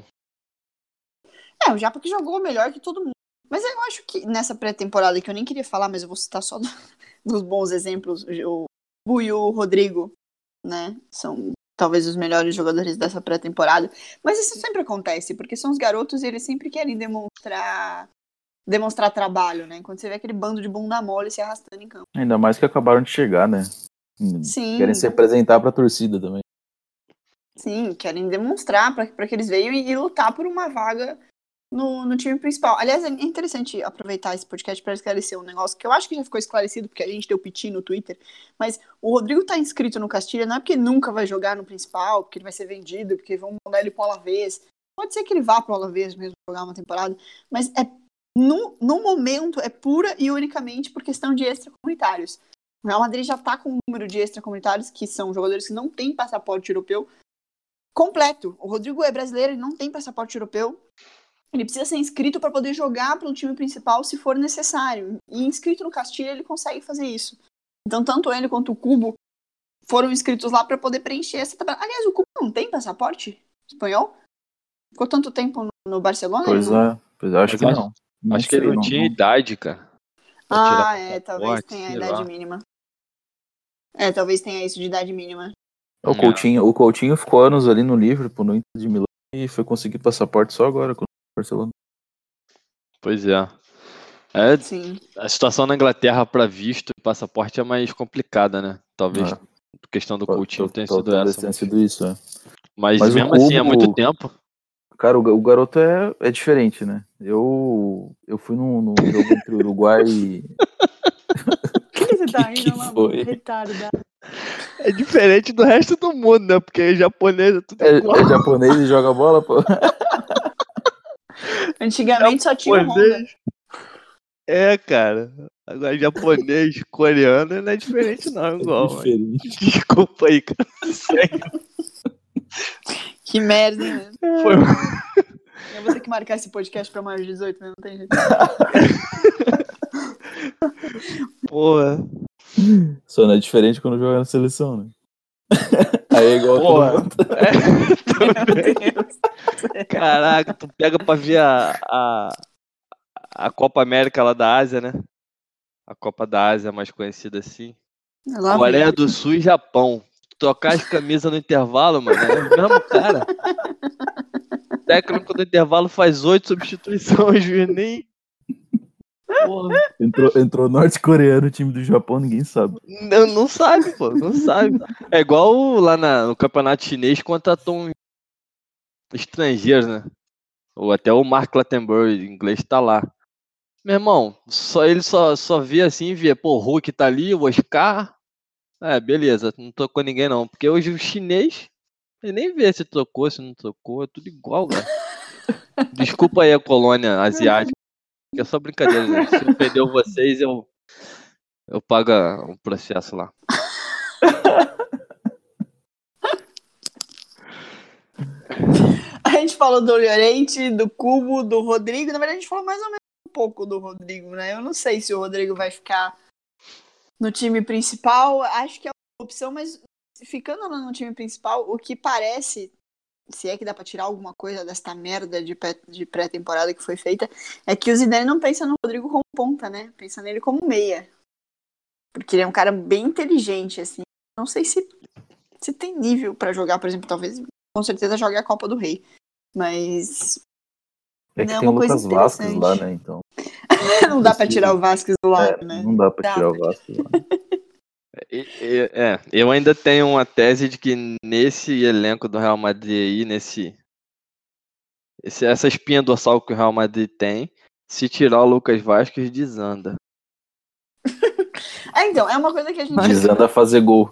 O Japa que jogou melhor que todo mundo. Mas eu acho que nessa pré-temporada, que eu nem queria falar, mas eu vou citar só dos bons exemplos, o Bu e o Rodrigo, né, são talvez os melhores jogadores dessa pré-temporada. Mas isso sempre acontece, porque são os garotos e eles sempre querem demonstrar demonstrar trabalho, né? Quando você vê aquele bando de bunda mole se arrastando em campo. Ainda mais que acabaram de chegar, né? Sim. Querem se apresentar pra torcida também. Sim, querem demonstrar para que eles venham e lutar por uma vaga no time principal. Aliás, é interessante aproveitar esse podcast para esclarecer um negócio que eu acho que já ficou esclarecido, porque a gente deu piti no Twitter, mas o Rodrigo tá inscrito no Castilha não é porque nunca vai jogar no principal, porque ele vai ser vendido, porque vão mandar ele pro Alavés. Pode ser que ele vá pro Alavés mesmo jogar uma temporada, mas no momento é pura e unicamente por questão de extracomunitários. O Real Madrid já tá com um número de extracomunitários, que são jogadores que não têm passaporte europeu, completo. O Rodrigo é brasileiro, ele não tem passaporte europeu. Ele precisa ser inscrito para poder jogar pelo time principal se for necessário. E inscrito no Castilha, ele consegue fazer isso. Então, tanto ele quanto o Cubo foram inscritos lá para poder preencher essa tabela. Aliás, o Cubo não tem passaporte espanhol? Ficou tanto tempo no Barcelona? Pois é, acho que não. Acho que ele não tinha idade, cara. Talvez tenha a idade mínima. Talvez tenha isso de idade mínima. O Coutinho ficou anos ali no Liverpool, no Inter de Milão, e foi conseguir passaporte só agora com o Barcelona. Pois é. Sim. A situação na Inglaterra para visto e passaporte é mais complicada, né? Talvez a questão do Coutinho tenha sido essa. Tenha sido isso, Mas mesmo assim, há muito tempo. Cara, o garoto é diferente, né? Eu fui num jogo entre o Uruguai e... O que você tá rindo lá? Foi? Retardado. É diferente do resto do mundo, né? Porque japonês é tudo igual. É japonês e joga bola, pô. Antigamente só tinha o Honda. Cara. Agora japonês, coreano não é diferente não, igual. Diferente. Desculpa aí, cara. Sério. Que merda, hein? Foi... Eu vou ter que marcar esse podcast pra mais de 18, né? Não tem jeito. Porra. Só não é diferente quando joga na seleção, né? Aí é igual todo mundo. Meu Deus. Caraca, tu pega pra ver a Copa América lá da Ásia, né? A Copa da Ásia mais conhecida assim. Coreia do Sul e Japão. Trocar as camisas no intervalo, mano, é o mesmo cara. O técnico do intervalo faz 8 substituições, juiz nem... Porra. Entrou norte-coreano, o time do Japão, ninguém sabe. Não sabe, pô, não sabe. É igual lá no campeonato chinês, contratam estrangeiros, né? Ou até o Mark Clattenburg, em inglês, tá lá. Meu irmão, ele só vê assim, pô, o Hulk tá ali, o Oscar... beleza, não tocou ninguém não. Porque hoje o chinês, ele nem vê se tocou, se não tocou, é tudo igual, cara. Desculpa aí a colônia asiática, que é só brincadeira, gente. Se ofendeu vocês, eu pago um processo lá. A gente falou do Llorente, do Cubo, do Rodrigo. Na verdade, a gente falou mais ou menos um pouco do Rodrigo, né? Eu não sei se o Rodrigo vai ficar no time principal. Acho que é uma opção, mas ficando no time principal, o que parece, se é que dá pra tirar alguma coisa desta merda de pré-temporada que foi feita, é que o Zidane não pensa no Rodrigo como ponta, né? Pensa nele como meia. Porque ele é um cara bem inteligente, assim. Não sei se tem nível pra jogar, por exemplo, talvez, com certeza, jogue a Copa do Rei. Mas... É que tem o Lucas Vasquez lá, né? Então... não dá pra tirar o Vasquez do lado, né? Não dá pra tirar o Vasquez lá. Eu ainda tenho uma tese de que nesse elenco do Real Madrid aí, essa espinha dorsal que o Real Madrid tem, se tirar o Lucas Vasquez, desanda. Então, é uma coisa que a gente... Desanda a fazer gol.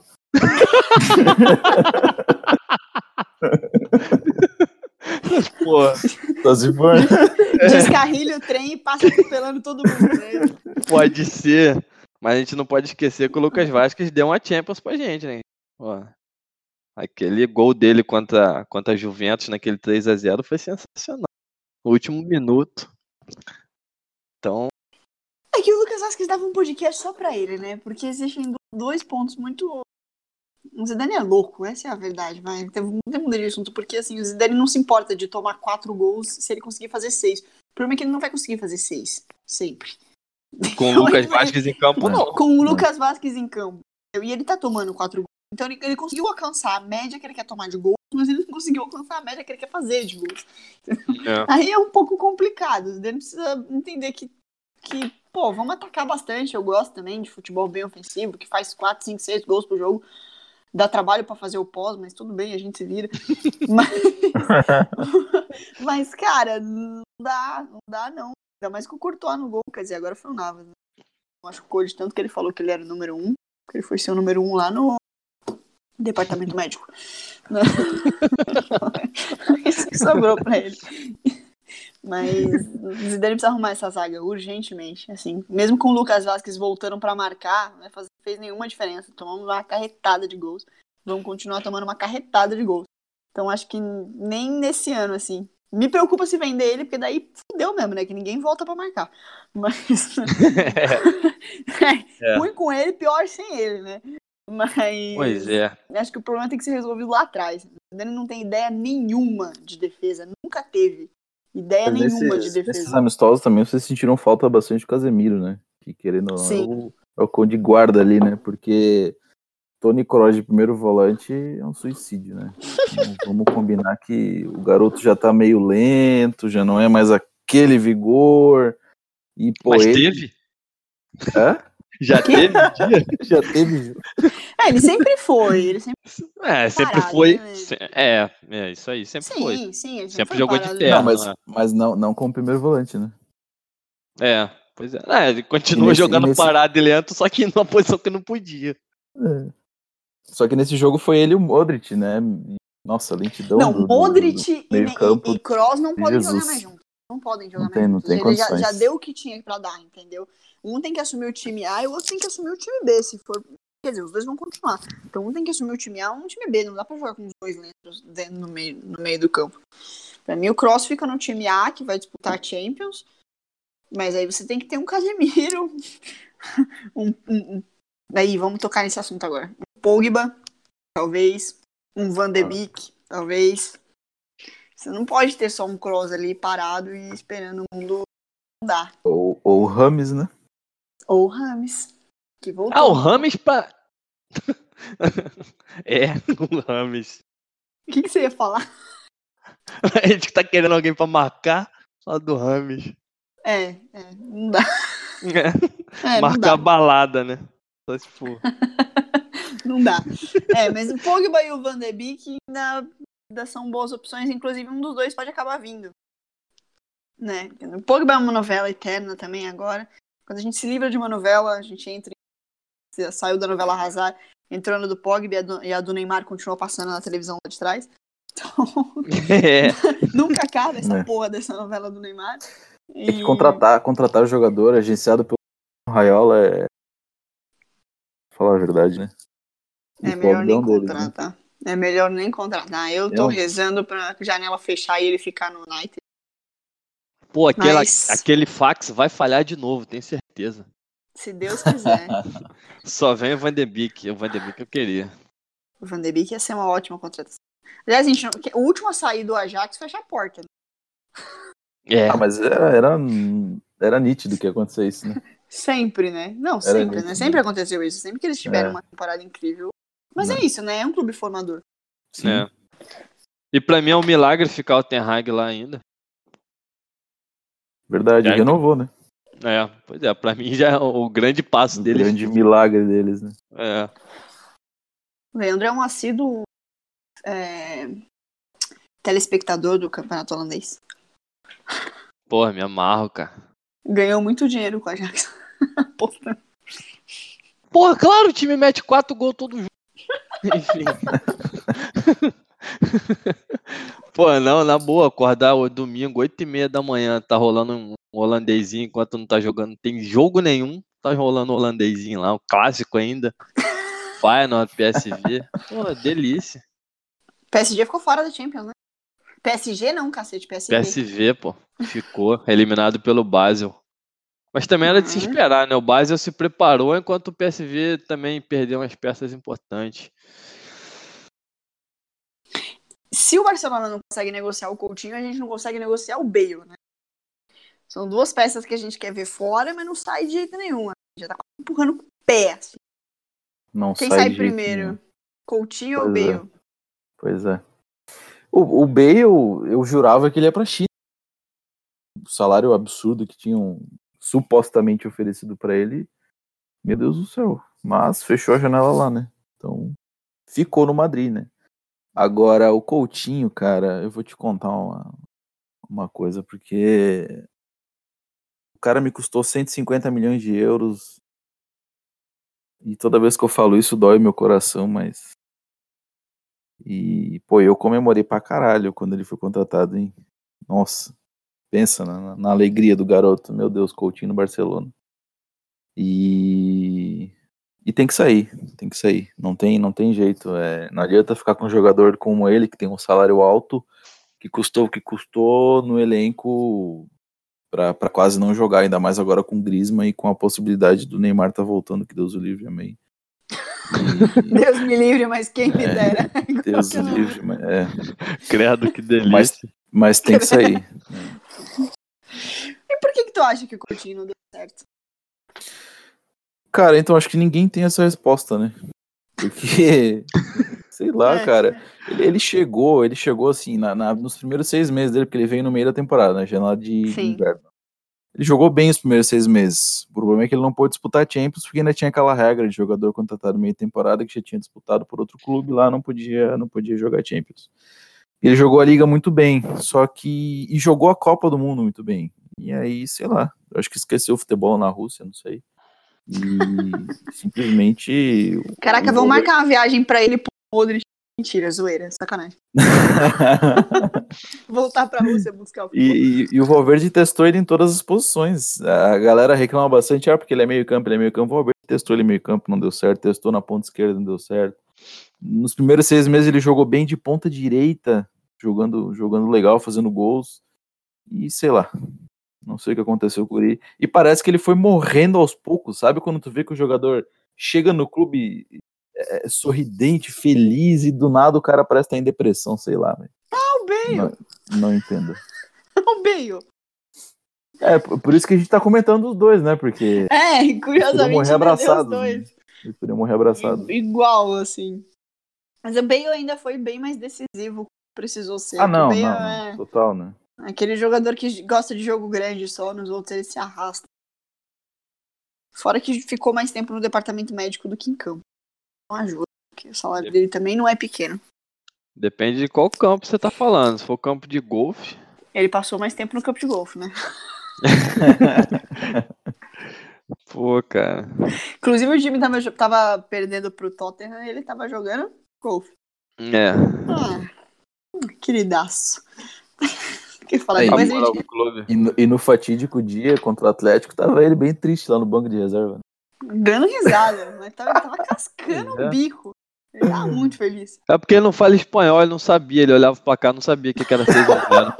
Porra. Só se for. Descarrilha o trem e passa atropelando todo mundo, né? Pode ser, mas a gente não pode esquecer que o Lucas Vasquez deu uma Champions pra gente, né? Ó, aquele gol dele contra a Juventus naquele 3-0 foi sensacional. O último minuto. Então... É que o Lucas Vasquez dava um podcast só pra ele, né? Porque existem dois pontos muito... O Zidane é louco, essa é a verdade, vai. Temos mudar de assunto, porque assim, o Zidane não se importa de tomar 4 gols se ele conseguir fazer 6. O problema é que ele não vai conseguir fazer 6, sempre. Com o Lucas Vasquez em campo, não. Com o Lucas Vasquez em campo. E ele tá tomando 4 gols. Então ele conseguiu alcançar a média que ele quer tomar de gols, mas ele não conseguiu alcançar a média que ele quer fazer de gols. Aí é um pouco complicado. O Zidane precisa entender que que, pô, vamos atacar bastante. Eu gosto também de futebol bem ofensivo, que faz 4, 5, 6 gols por jogo. Dá trabalho pra fazer o pós, mas tudo bem, a gente se vira. Mas cara, não dá não. Ainda mais com o Courtois no gol, quer dizer, agora foi o Navas, né? Machucou de tanto que ele falou que ele era o número 1, que ele foi ser o número 1 lá no departamento médico. Isso que sobrou pra ele. Mas o Zidane precisa arrumar essa zaga urgentemente, assim. Mesmo com o Lucas Vázquez voltando pra marcar, não fez nenhuma diferença. Tomamos uma carretada de gols. Vamos continuar tomando uma carretada de gols. Então acho que nem nesse ano, assim. Me preocupa se vender ele, porque daí fudeu mesmo, né? Que ninguém volta pra marcar. Mas ruim com ele, pior sem ele, né? Mas Pois é. acho que o problema tem que ser resolvido lá atrás. O Zidane não tem ideia nenhuma de defesa, nunca teve ideia nenhuma de defesa. Nesses amistosos também vocês sentiram falta bastante do Casemiro, né? Que querendo ou Sim. não, é o cão de guarda ali, né? Porque Toni Kroos de primeiro volante é um suicídio, né? Vamos combinar que o garoto já tá meio lento, já não é mais aquele vigor. E, pô, Mas ele... teve? Hã? Já teve dia? Já teve. Ele sempre foi. Ele sempre Sempre parado, foi. né? Isso aí, sempre foi. Sim, ele Sempre foi jogou parado. de perna. Mas não como primeiro volante, né? Pois é. Ele continua jogando parado e lento, só que numa posição que não podia. Só que nesse jogo foi ele e o Modric, né? Nossa, lentidão. Não, Modric e Kroos não podem jogar mais juntos. Não podem jogar mais juntos. Não tem Ele condições. já deu o que tinha pra dar, entendeu? Um tem que assumir o time A e o outro tem que assumir o time B, se for. Quer dizer, os dois vão continuar. Então um tem que assumir o time A e um time B. Não dá pra jogar com os dois lentos no meio do campo. Pra mim, o Kroos fica no time A, que vai disputar Champions. Mas aí você tem que ter um Casemiro. Aí, vamos tocar nesse assunto agora. Um Pogba, talvez. Um Van de Beek, talvez. Você não pode ter só um Kroos ali parado e esperando o mundo mudar. Ou o Rames, né? Ou o Rames, que voltou. O Rames pra... o Rames. O que você ia falar? A gente tá querendo alguém pra marcar, só do Rames. Não dá. Marcar não dá. a balada, né? Só se for. Não dá. Mas o Pogba e o Van de Beek ainda são boas opções, inclusive um dos dois pode acabar vindo. Né? O Pogba é uma novela eterna também agora. Quando a gente se livra de uma novela, a gente saiu da novela Arrasar, entrou no do Pogba e a do Neymar continuou passando na televisão lá de trás. Então, nunca acaba essa porra dessa novela do Neymar. Tem que contratar o jogador agenciado pelo Raiola falar a verdade, né? É melhor nem contratar. Né? É melhor nem contratar. Eu tô rezando pra janela fechar e ele ficar no United. Pô, aquele fax vai falhar de novo, tenho certeza. Se Deus quiser. Só vem o Van de Beek. O Van de Beek eu queria. O Van de Beek ia ser uma ótima contratação. Aliás, o último a sair do Ajax fecha a porta. Né? Mas era nítido que ia acontecer isso, né? Sempre, né? Não, sempre, né? Sempre aconteceu isso. Sempre que eles tiveram uma temporada incrível. Mas é isso, né? É um clube formador. Sim. E pra mim é um milagre ficar o Ten Hag lá ainda. Verdade, renovou, né? Pois é, pra mim já é o grande passo deles. O grande milagre deles, né? O Leandro é um assíduo telespectador do campeonato holandês. Porra, me amarro, cara. Ganhou muito dinheiro com a Ajax. Porra, claro, o time mete 4 gols todo jogo. Enfim. Pô, não, na boa, acordar o domingo, 8h30 da manhã, tá rolando um holandesinho enquanto não tá jogando, não tem jogo nenhum, tá rolando um holandesinho lá, um clássico ainda. Feyenoord, PSV. Pô, delícia. PSG ficou fora da Champions, né? PSG não, cacete, PSV. PSV, pô, ficou eliminado pelo Basel. Mas também era de se esperar, né? O Basel se preparou, enquanto o PSV também perdeu umas peças importantes. Se o Barcelona não consegue negociar o Coutinho, a gente não consegue negociar o Bale, né? São duas peças que a gente quer ver fora, mas não sai de jeito nenhum. Já tá empurrando com o pé, assim. Não Quem sai sai de primeiro? jeito nenhum. Coutinho ou Bale? Pois é. O Bale, eu jurava que ele ia pra China. O salário absurdo que tinham supostamente oferecido para ele, meu Deus do céu. Mas fechou a janela lá, né? Então, ficou no Madrid, né? Agora, o Coutinho, cara, eu vou te contar uma coisa, porque o cara me custou 150 milhões de euros e toda vez que eu falo isso dói meu coração, mas... E, pô, eu comemorei pra caralho quando ele foi contratado, hein? Nossa, pensa na alegria do garoto. Meu Deus, Coutinho no Barcelona. E tem que sair, Não tem jeito. Não adianta ficar com um jogador como ele, que tem um salário alto, que custou o que custou no elenco pra quase não jogar, ainda mais agora com o Griezmann e com a possibilidade do Neymar tá voltando, que Deus o livre, amém. Deus me livre, mas quem me dera. Deus o livre, mas Credo, que delícia. Mas tem que sair. E por que tu acha que o Coutinho não deu certo? Cara, então acho que ninguém tem essa resposta, né? Porque, sei lá, cara, ele chegou assim, nos primeiros 6 meses dele, porque ele veio no meio da temporada, na janela de inverno. Ele jogou bem os primeiros 6 meses. O problema é que ele não pôde disputar Champions, porque ainda tinha aquela regra de jogador contratado meio temporada, que já tinha disputado por outro clube, lá não podia jogar Champions. Ele jogou a Liga muito bem, e jogou a Copa do Mundo muito bem. E aí, sei lá, eu acho que esqueceu o futebol na Rússia, não sei. E simplesmente... Caraca, vamos marcar uma viagem pra ele pro Modric. Mentira, zoeira, sacanagem. Voltar pra Rússia buscar o futebol. E o Valverde testou ele em todas as posições. A galera reclama bastante, porque ele é meio campo. O Valverde testou ele meio campo, não deu certo. Testou na ponta esquerda, não deu certo. Nos primeiros 6 meses ele jogou bem de ponta direita, jogando legal, fazendo gols. E sei lá, não sei o que aconteceu com ele. E parece que ele foi morrendo aos poucos, sabe? Quando tu vê que o jogador chega no clube sorridente, feliz, e do nada o cara parece estar em depressão, sei lá. O Bale! Não entendo. O Bale! Por isso que a gente tá comentando os dois, né? Porque curiosamente, morrer abraçados, os dois. Né? Eles poderiam morrer abraçados. Igual, assim. Mas o Bale ainda foi bem mais decisivo, precisou ser. Não, total, né? Aquele jogador que gosta de jogo grande só, nos outros ele se arrasta. Fora que ficou mais tempo no departamento médico do que em campo. Não ajuda, porque o salário dele também não é pequeno. Depende de qual campo você tá falando. Se for campo de golfe... Ele passou mais tempo no campo de golfe, né? Pô, cara. Inclusive o time tava perdendo pro Tottenham e ele tava jogando golfe. Queridaço. Que falar Aí, mas e no fatídico dia contra o Atlético, tava ele bem triste lá no banco de reserva. Dando risada, mas tava cascando o bico. Ele tava muito feliz. É porque ele não fala espanhol, ele não sabia. Ele olhava pra cá, não sabia o que era 6-0.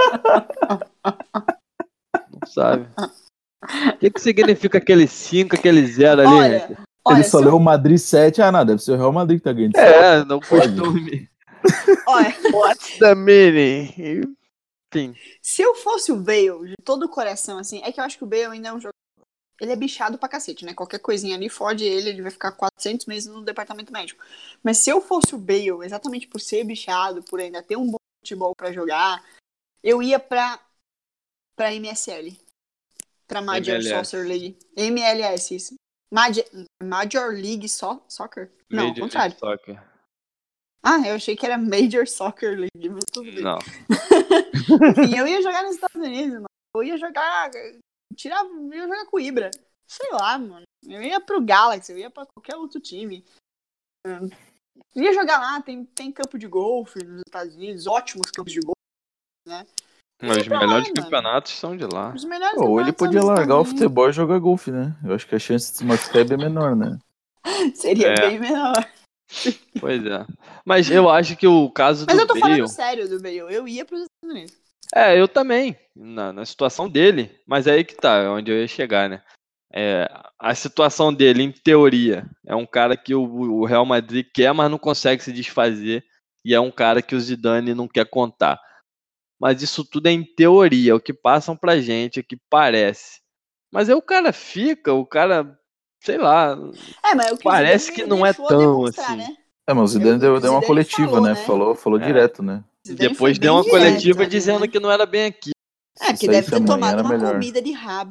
Não sabe. O que significa aquele 5, aquele 0 ali? Ele só leu o Madrid 7. Deve ser o Real Madrid que tá ganhando. Não costume. What's the meaning? Enfim. Se eu fosse o Bale, de todo o coração, assim, é que eu acho que o Bale ainda é um jogador. Ele é bichado pra cacete, né? Qualquer coisinha ali fode ele vai ficar 400 meses no departamento médico. Mas se eu fosse o Bale, exatamente por ser bichado, por ainda ter um bom futebol pra jogar, eu ia pra MSL. Pra Major Soccer League. MLS, isso. Major League Soccer? Não, ao contrário. Soccer. Eu achei que era Major Soccer League, mas tudo bem. Não. Enfim, eu ia jogar nos Estados Unidos, mano. Eu ia jogar com o Ibra. Sei lá, mano. Eu ia pro Galaxy, eu ia pra qualquer outro time. Eu ia jogar lá, tem campo de golfe nos Estados Unidos, ótimos campos de golfe, né? Mas os melhores campeonatos são de lá. Os melhores Ou ele podia largar o futebol e jogar golfe, né? Eu acho que a chance de se machucar é bem menor, né? Seria bem menor. Pois é. Mas eu acho que o caso do Bale... Mas eu tô falando sério do Bale. Eu ia pros Estados Unidos. Eu também. Na situação dele. Mas aí que tá, onde eu ia chegar, né? A situação dele, em teoria, é um cara que o Real Madrid quer, mas não consegue se desfazer. E é um cara que o Zidane não quer contar. Mas isso tudo é em teoria, o que passam pra gente, o que parece. Mas aí o cara fica, sei lá, mas o que parece que não é tão assim. Né? Mas o Zidane deu uma coletiva, falou, né? Falou direto, né? Depois deu uma coletiva dizendo que não era bem aqui. Que deve ter tomado uma comida de rabo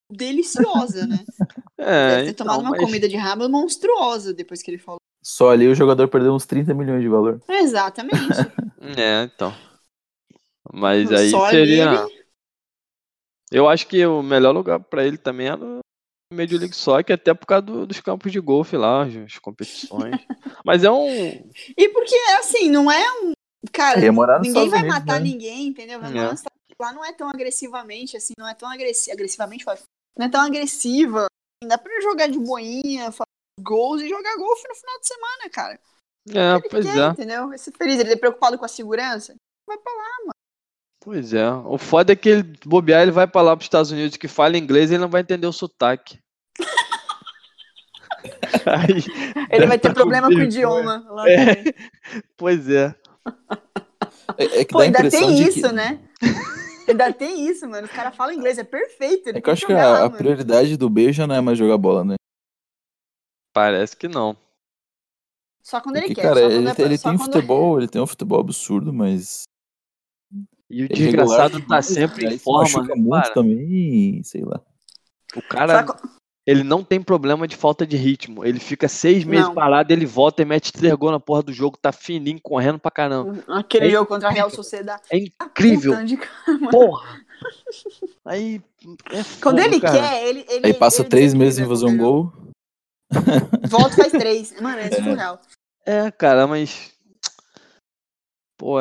deliciosa, né? Deve ter tomado uma comida de rabo monstruosa depois que ele falou. Só ali o jogador perdeu uns 30 milhões de valor. Exatamente. Então. Mas aí Só seria... ali Eu acho que o melhor lugar pra ele também é no Major League Soccer, até por causa dos campos de golfe lá, as competições. Mas é um... E porque, assim, não é um... Cara, Ia morar nos ninguém Estados vai Unidos, matar né? ninguém, entendeu? Vai morar nos Estados Unidos. Lá não é tão agressivamente, assim, não é tão agressivamente, não é tão agressiva. Dá pra jogar de boinha, fazer gols e jogar golfe no final de semana, cara. Ele pois quer, entendeu? Vai ser feliz, ele é preocupado com a segurança. Vai pra lá, mano. Pois é. O foda é que ele bobear, ele vai pra lá pros Estados Unidos que fala inglês e ele não vai entender o sotaque. Aí, Ele vai ter tá problema com o vergonha. idioma lá também. Pois é. É que Pô, dá a ainda impressão tem de isso, que... né? Ainda tem isso, mano. Os caras falam inglês, é perfeito. Ele É que eu tem acho que jogar lá, a mano. prioridade do Bale já não é mais jogar bola, né? Parece que não. Só quando Porque, ele quer. cara, Só quando ele só tem quando- futebol, ele tem um futebol absurdo, mas... E o é desgraçado irregular tá demais, sempre né? em Isso forma, machuca né, muito cara? também, sei lá. O cara, só co- ele não tem problema de falta de ritmo. Ele fica 6 meses Não. parado, ele volta e mete 3 gols na porra do jogo, tá fininho, correndo pra caramba. Aquele É jogo contra a Real Sociedade. É incrível, Puta de cara, mano. porra! Aí, é Quando fogo, ele cara. quer, ele Aí passa ele 3 meses sem desequilibra fazer um qualquer jogo. gol. Volta e faz 3. Mano, é surreal. Cara, mas... Pô,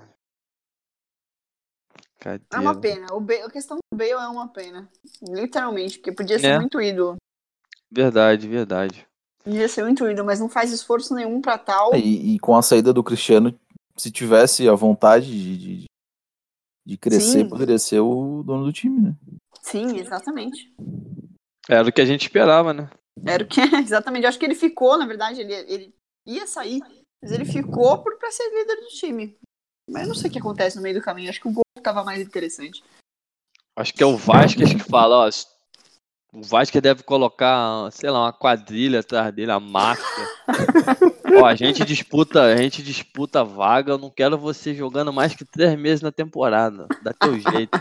Cadê? É uma pena. A questão do Bale é uma pena. Literalmente, porque podia ser É. muito ídolo. Verdade. Podia ser muito ídolo, mas não faz esforço nenhum pra tal. E com a saída do Cristiano, se tivesse a vontade de crescer, Sim. poderia ser o dono do time, né? Sim, exatamente. Era o que a gente esperava, né? Era o que exatamente. Eu acho que ele ficou, na verdade, ele ia sair, mas ele ficou pra ser líder do time. Mas eu não sei o que acontece no meio do caminho. Acho que o gol tava mais interessante. Acho que é o Vasquez que fala, ó. O Vasquez deve colocar, sei lá, uma quadrilha atrás dele, a máfia. Ó, a gente disputa a vaga, eu não quero você jogando mais que 3 meses na temporada. Dá teu jeito.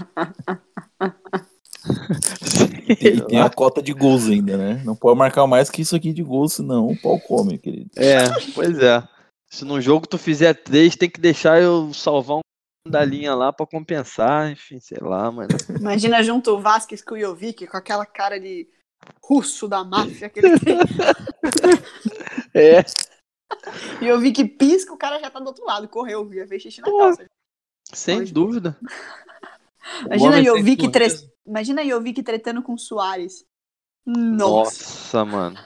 E tem a cota de gols ainda, né? Não pode marcar mais que isso aqui de gols, senão o pau come, querido. Pois é. Se num jogo tu fizer 3, tem que deixar eu salvar um da linha lá pra compensar, enfim, sei lá, mano. Imagina junto o Vasquez com o Jovic, com aquela cara de russo da máfia que ele tem. E eu vi que pisca, o cara já tá do outro lado, correu, já fez xixi na calça. Sem Onde? dúvida. Imagina homem Imagina Jovic tretando com o Soares. Nossa, mano.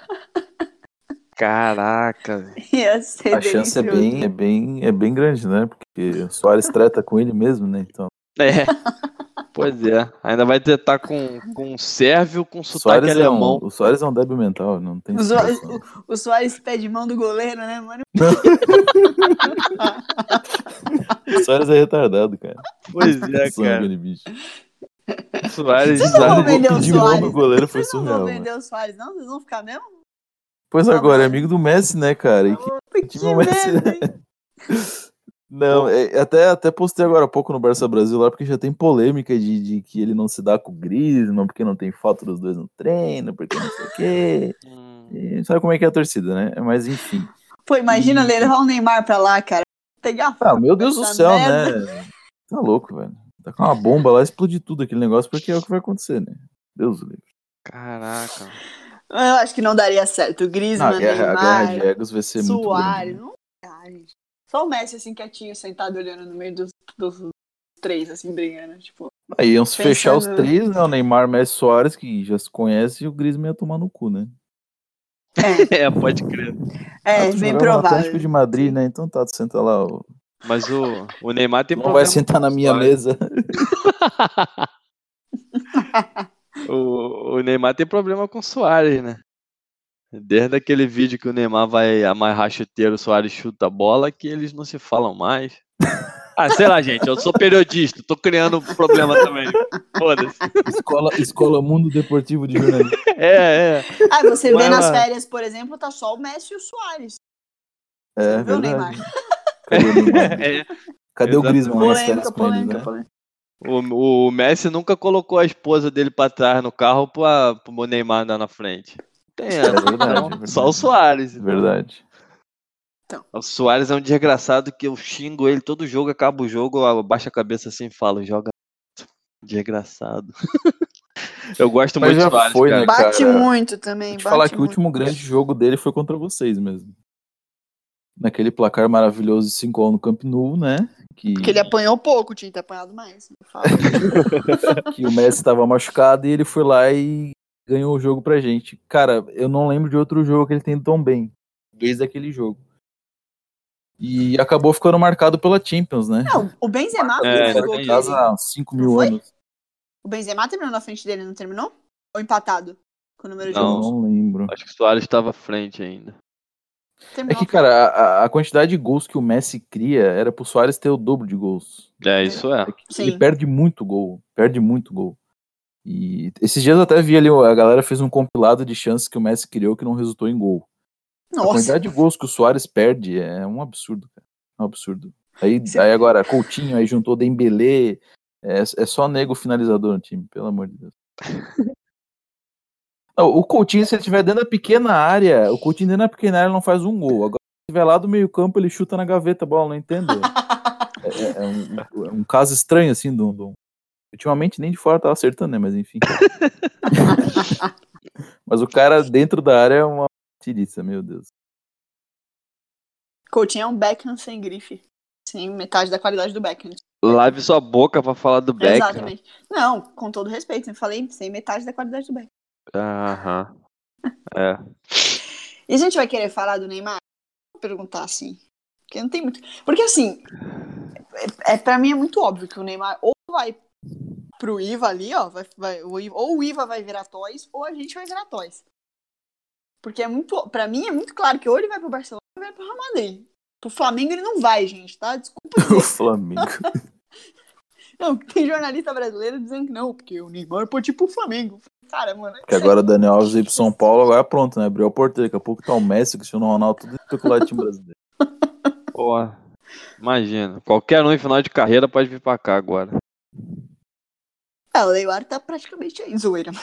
Caraca, velho. Ia ser A chance é delicioso. bem grande, né? Porque o Soares treta com ele mesmo, né? Então, Pois é. Ainda vai tentar com um sérvio com o sotaque alemão. o Soares é um débil mental, não tem explicação. O Soares pede mão do goleiro, né, mano? O Soares é retardado, cara. Pois é, Explicação, cara. aquele bicho. Soares Vocês não vão vender o Pedir mão Soares. do goleiro foi Vocês não surreal, vão mano. vender o Soares, não? Vocês vão ficar mesmo? Pois agora, é amigo do Messi, né, cara? E que Que time é o Messi? merda. Não, até postei agora há pouco no Barça Brasil lá, porque já tem polêmica de que ele não se dá com o Griezmann, porque não tem foto dos dois no treino, porque não sei o quê. E sabe como é que é a torcida, né? Mas enfim. Pô, imagina levar o Neymar pra lá, cara. Pegar Ah, meu Deus do essa céu, merda. né? Tá louco, velho. Tá com uma bomba lá, explodir tudo aquele negócio, porque é o que vai acontecer, né? Deus do livre. Caraca. Eu acho que não daria certo. O Ah, Griezmann, a guerra de Neymar, egos vai ser muito Suárez. grande. Não dá, gente. Só o Messi, assim, quietinho, sentado, olhando no meio dos três, assim, brigando. Tipo, Aí iam se Pensando- fechar os três, né? O Neymar, Messi, Soares, que já se conhece, e o Griezmann ia tomar no cu, né? Pode crer. é Tu bem jogava no provável. Atlético de Madrid, né? Então tá, tu senta lá. Mas o Neymar tem Tu não problema. vai sentar com na o minha Suárez. mesa. O Neymar tem problema com o Suárez, né? Desde aquele vídeo que o Neymar vai amarrar chuteiro, o Suárez chuta a bola, que eles não se falam mais. Ah, sei lá, gente, eu sou periodista, tô criando problema também. Foda-se. Escola Mundo Deportivo de Jornalismo. Ah, você Vai vê nas lá. férias, por exemplo, tá só o Messi e o Soares. É, Você viu o verdade. Neymar? Cadê o Neymar? Cadê o Exatamente. Griezmann nas férias Polêmica, com eles, polêmica, né? polêmica. O Messi nunca colocou a esposa dele pra trás no carro pro Neymar andar na frente. Tem essa, verdade, não. é Só o Suárez. então. Verdade. O Suárez é um desgraçado que eu xingo ele todo jogo, acaba o jogo, eu abaixo a cabeça assim e falo, joga desgraçado. Eu gosto Mas muito do já Suárez, foi, cara. né, Bate cara? muito também, Vou te bate falar que o muito. último grande jogo dele foi contra vocês mesmo. Naquele placar maravilhoso de 5-1 no Camp Nou, né? Porque ele apanhou pouco, tinha que ter apanhado mais. Fala. Que o Messi estava machucado e ele foi lá e ganhou o jogo pra gente. Cara, eu não lembro de outro jogo que ele tem tão bem, desde aquele jogo. E acabou ficando marcado pela Champions, né? Não, o Benzema É, fez mais ainda gol tem que ele. Casa há 5 mil Não foi? anos. O Benzema terminou na frente dele, não terminou? Ou empatado? Com o número de Não. Eu gols? não lembro. Acho que o Suárez estava à frente ainda. É Terminou que, à frente. cara, a quantidade de gols que o Messi cria era pro Suárez ter o dobro de gols. É, isso é. Ele Sim. perde muito gol. E esses dias eu até vi ali, a galera fez um compilado de chances que o Messi criou que não resultou em gol. A Nossa. quantidade de gols que o Suárez perde é um absurdo, cara. É um absurdo. Aí agora, Coutinho, aí juntou Dembélé. É só nego finalizador no time, pelo amor de Deus. Não, o Coutinho, se ele estiver dentro da pequena área, não faz um gol. Agora, se estiver lá do meio campo, ele chuta na gaveta a bola, não entendo. É um caso estranho, assim, ultimamente nem de fora tava acertando, né? Mas enfim. Mas o cara dentro da área é uma tiriça, meu Deus. Coutinho é um Beckham sem grife. Sem metade da qualidade do Beckham. Lave sua boca pra falar do Beckham. Exatamente. Não, com todo respeito, eu falei sem metade da qualidade do Beckham. Aham. É. E a gente vai querer falar do Neymar? Vou perguntar assim. Porque não tem muito. Porque assim, pra mim é muito óbvio que o Neymar ou vai pro IVA ali, ó. Ou o IVA vai virar Toys, ou a gente vai virar Toys. Porque pra mim é muito claro que ou ele vai pro Barcelona ou ele vai pro Real Madrid. Pro Flamengo ele não vai, gente, tá? Desculpa dizer. O Flamengo. Não, tem jornalista brasileiro dizendo que não, porque o Neymar pode ir pro Flamengo. Cara, mano. Que agora o Daniel Alves veio pro São Paulo, agora pronto, né? Abriu a porteira. Daqui a pouco tá o Messi, o Cristiano Ronaldo, tudo especulado de time brasileiro. Porra. Imagina. Qualquer um em final de carreira pode vir pra cá agora. O Neymar tá praticamente aí, zoeira.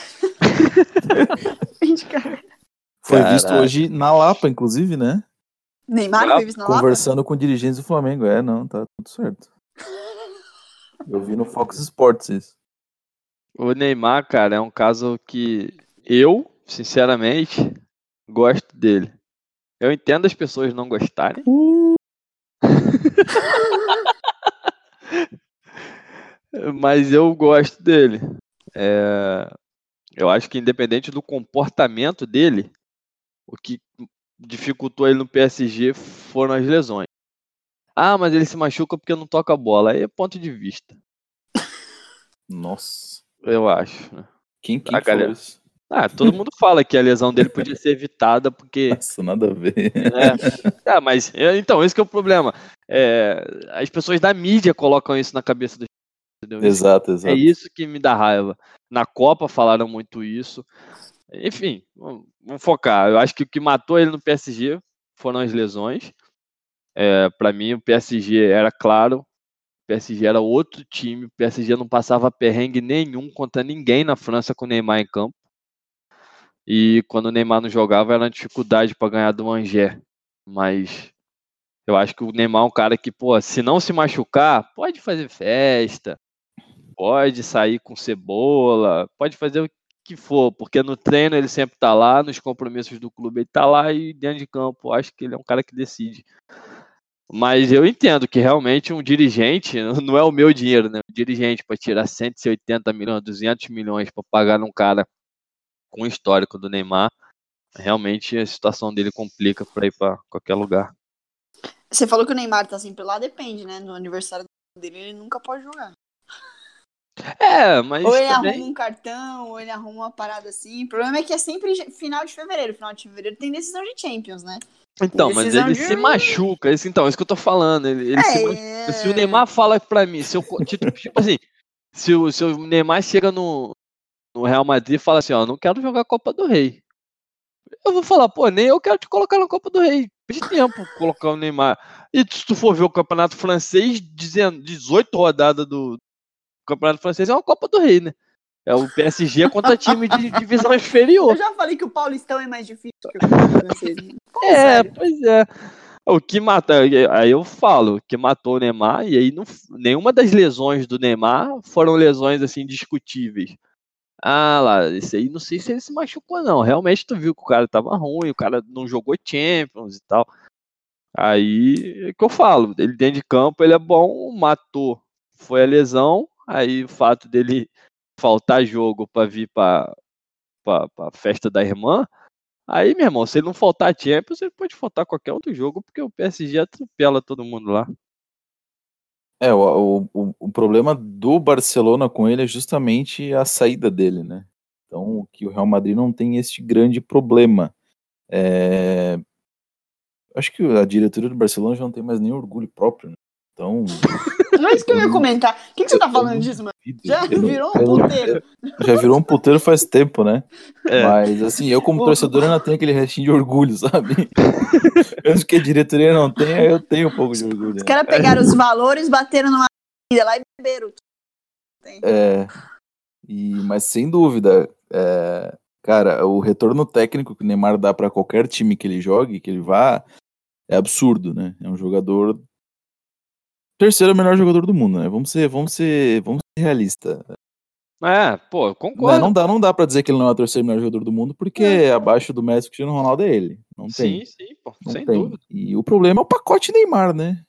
Foi visto hoje na Lapa, inclusive, né? Neymar foi visto na Lapa? Conversando com dirigentes do Flamengo. Não, tá tudo certo. Eu vi no Fox Sports isso. O Neymar, cara, é um caso que eu, sinceramente, gosto dele. Eu entendo as pessoas não gostarem. Mas eu gosto dele. Eu acho que independente do comportamento dele, o que dificultou ele no PSG foram as lesões. Ah, mas ele se machuca porque não toca a bola. Aí é ponto de vista. Nossa. Eu acho. Quem A galera... falou isso? Todo mundo fala que a lesão dele podia ser evitada porque... Nossa, nada a ver. Mas então, esse que é o problema. As pessoas da mídia colocam isso na cabeça dos... Exato. É isso que me dá raiva. Na Copa falaram muito isso. Enfim, vamos focar. Eu acho que o que matou ele no PSG foram as lesões. Para mim, o PSG era claro. O PSG era outro time. O PSG não passava perrengue nenhum contra ninguém na França com o Neymar em campo. E quando o Neymar não jogava, era uma dificuldade para ganhar do Angers. Mas eu acho que o Neymar é um cara que, se não se machucar, pode fazer festa, pode sair com cebola, pode fazer o que for, porque no treino ele sempre tá lá, nos compromissos do clube ele tá lá e dentro de campo, eu acho que ele é um cara que decide. Mas eu entendo que realmente um dirigente, não é o meu dinheiro, né? Um dirigente para tirar 180 milhões, 200 milhões para pagar num cara com o histórico do Neymar, realmente a situação dele complica para ir para qualquer lugar. Você falou que o Neymar tá sempre lá, depende, né? No aniversário dele ele nunca pode jogar. Mas ou ele também... arruma um cartão, ou ele arruma uma parada assim. O problema é que é sempre final de fevereiro. Final de fevereiro tem decisão de Champions, né? Então, mas ele se machuca. Isso que eu tô falando. Ele se machuca. Se o Neymar fala pra mim, tipo assim, se o Neymar chega no Real Madrid e fala assim, ó, não quero jogar a Copa do Rei. Eu vou falar, nem eu quero te colocar na Copa do Rei. De tempo colocar o Neymar. E se tu for ver o campeonato francês, 18 rodadas do Campeonato Francês é uma Copa do Rei, né? É o PSG contra time de divisão inferior. Eu já falei que o Paulistão é mais difícil que o Campeonato Francês. Sério. Pois é. O que mata, aí eu falo, o que matou o Neymar, e aí nenhuma das lesões do Neymar foram lesões assim discutíveis. Ah lá, esse aí não sei se ele se machucou não, realmente tu viu que o cara tava ruim, o cara não jogou Champions e tal. Aí é que eu falo, ele dentro de campo ele é bom, matou, foi a lesão, aí o fato dele faltar jogo pra vir pra festa da irmã. Aí, meu irmão, se ele não faltar Champions, ele pode faltar qualquer outro jogo, porque o PSG atropela todo mundo lá. O problema do Barcelona com ele é justamente a saída dele, né? Então, que o Real Madrid não tem este grande problema. Acho que a diretoria do Barcelona já não tem mais nem orgulho próprio, né? Então... Não é isso que eu ia comentar. O que você tá falando disso, mano? Já virou um puteiro. Já virou um puteiro faz tempo, né? Mas, assim, eu como torcedor ainda tenho aquele restinho de orgulho, sabe? Mesmo que a diretoria não tenha, eu tenho um pouco de orgulho. Os caras pegaram os valores, bateram numa vida lá e beberam. Mas sem dúvida, cara, o retorno técnico que o Neymar dá pra qualquer time que ele jogue, que ele vá, é absurdo, né? É um jogador... Terceiro melhor jogador do mundo, né? Vamos ser realistas. Pô, eu concordo. Não dá pra dizer que ele não é o terceiro melhor jogador do mundo, porque abaixo do Messi e Cristiano Ronaldo é ele. Não tem. Sim, pô, não sem tem. dúvida. E o problema é o pacote Neymar, né?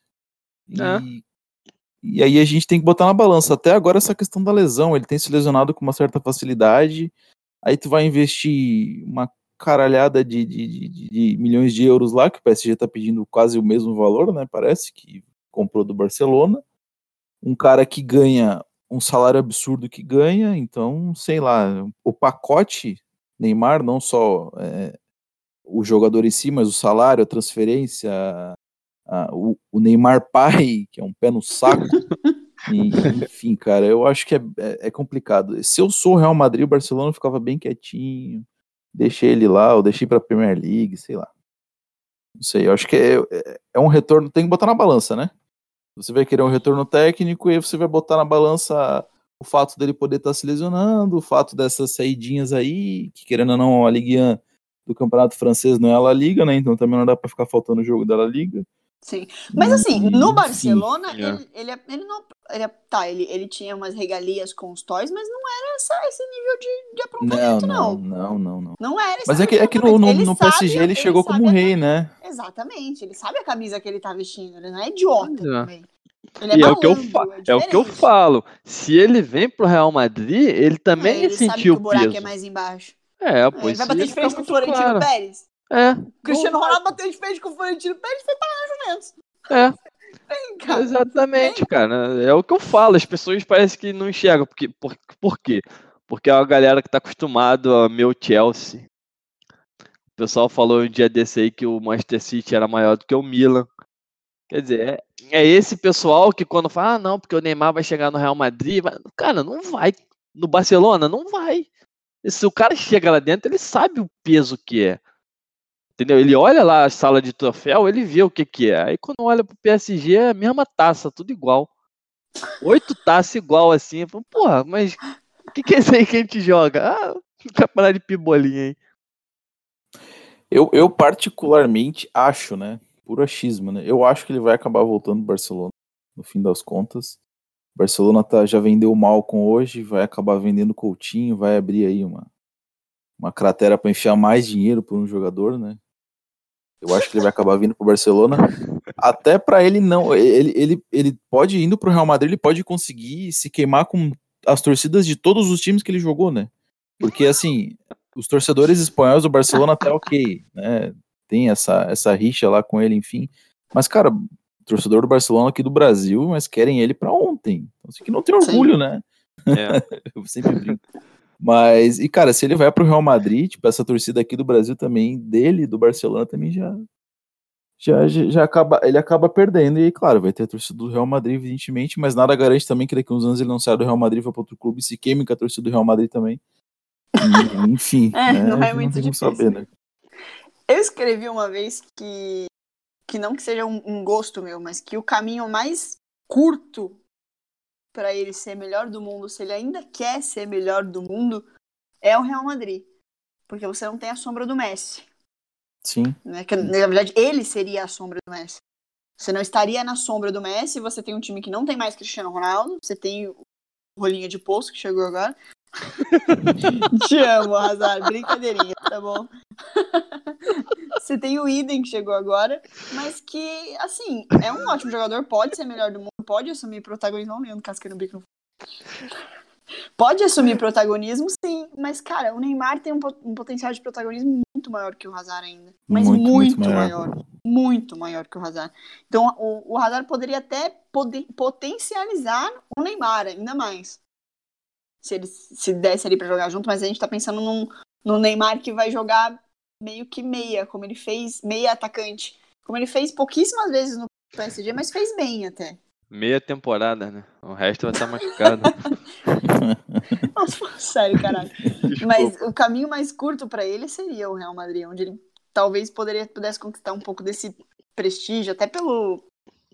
E aí a gente tem que botar na balança. Até agora essa questão da lesão, ele tem se lesionado com uma certa facilidade, aí tu vai investir uma caralhada de milhões de euros lá, que o PSG tá pedindo quase o mesmo valor, né? Parece que comprou do Barcelona, um cara que ganha um salário absurdo que ganha, então, sei lá, o pacote Neymar, não só o jogador em si, mas o salário, a transferência, o Neymar pai, que é um pé no saco, enfim, cara, eu acho que é complicado. Se eu sou o Real Madrid, o Barcelona ficava bem quietinho, deixei ele lá, ou deixei pra Premier League, sei lá. Não sei, eu acho que é um retorno, tem que botar na balança, né? Você vai querer um retorno técnico e aí você vai botar na balança o fato dele poder estar se lesionando, o fato dessas saidinhas aí, que querendo ou não, a Ligue 1 do Campeonato Francês não é a La Liga, né? Então também não dá pra ficar faltando o jogo da La Liga. Sim. Mas assim, no Barcelona, Sim. ele tinha umas regalias com os toys, mas não era esse nível de aprontamento, não. Não era esse Mas nível é que no PSG ele chegou como rei, né? Exatamente, ele sabe a camisa que ele tá vestindo, ele não é idiota também. Ele E é o que eu falo. Se ele vem pro Real Madrid, ele também ele sentiu sabe que o o buraco peso. é mais embaixo. Pois Ele vai bater de frente com o Florentino claro. Pérez. O Cristiano Ronaldo bateu de frente com o Florentino Pérez e foi parar na Juventus. Vem, cara. Exatamente, cara. É o que eu falo. As pessoas parecem que não enxergam. Por quê? Porque é uma galera que tá acostumado a meu Chelsea. O pessoal falou um dia desse aí que o Manchester City era maior do que o Milan. Quer dizer, é esse pessoal que quando fala, não, porque o Neymar vai chegar no Real Madrid, cara, não vai. No Barcelona, não vai. Se o cara chega lá dentro, ele sabe o peso que é. Entendeu? Ele olha lá a sala de troféu, ele vê o que é. Aí quando olha pro PSG, é a mesma taça, tudo igual. 8 taças igual assim. Eu falo, porra, mas o que é isso aí que a gente joga? Campeonato de pibolinha aí. Eu particularmente acho, né? Puro achismo, né? Eu acho que ele vai acabar voltando pro Barcelona, no fim das contas. O Barcelona já vendeu o Malcom hoje, vai acabar vendendo o Coutinho, vai abrir aí uma cratera para enfiar mais dinheiro por um jogador, né? Eu acho que ele vai acabar vindo pro Barcelona. Até para ele não, ele pode indo pro Real Madrid, ele pode conseguir se queimar com as torcidas de todos os times que ele jogou, né? Porque assim, os torcedores espanhóis do Barcelona até ok, né? Tem essa rixa lá com ele, enfim. Mas, cara, o torcedor do Barcelona aqui do Brasil, mas querem ele pra ontem. Então, assim, que não tem orgulho, né? Eu sempre brinco. Mas, e cara, se ele vai pro Real Madrid, tipo, essa torcida aqui do Brasil também, dele, do Barcelona, também já acaba, ele acaba perdendo. E, claro, vai ter a torcida do Real Madrid, evidentemente, mas nada garante também que daqui a uns anos ele não saia do Real Madrid, vai pra outro clube e se queime com a torcida do Real Madrid também. E, enfim, não é muito difícil. Saber, né? Eu escrevi uma vez que não que seja um gosto meu, mas que o caminho mais curto para ele ser melhor do mundo, se ele ainda quer ser melhor do mundo, é o Real Madrid. Porque você não tem a sombra do Messi. Sim. Né? Que, na verdade, ele seria a sombra do Messi. Você não estaria na sombra do Messi, você tem um time que não tem mais Cristiano Ronaldo, você tem o Rolinha de Poço, que chegou agora. Te amo, Hazard, brincadeirinha, tá bom? Você tem o Eden, que chegou agora, mas que, assim, é um ótimo jogador, pode ser melhor do mundo, pode assumir protagonismo, não lembro, casquei no bico. Pode assumir protagonismo, sim, mas, cara, o Neymar tem um potencial de protagonismo muito maior que o Hazard ainda. Mas muito maior. Muito maior que o Hazard. Então, o Hazard poderia até potencializar o Neymar ainda mais. Se ele se desse ali pra jogar junto, mas a gente tá pensando num Neymar que vai jogar meio que meia, como ele fez, meia atacante. Como ele fez pouquíssimas vezes no PSG, mas fez bem até. Meia temporada, né? O resto vai estar machucado. Nossa, sério, caralho. Desculpa. Mas o caminho mais curto pra ele seria o Real Madrid, onde ele talvez pudesse conquistar um pouco desse prestígio, até por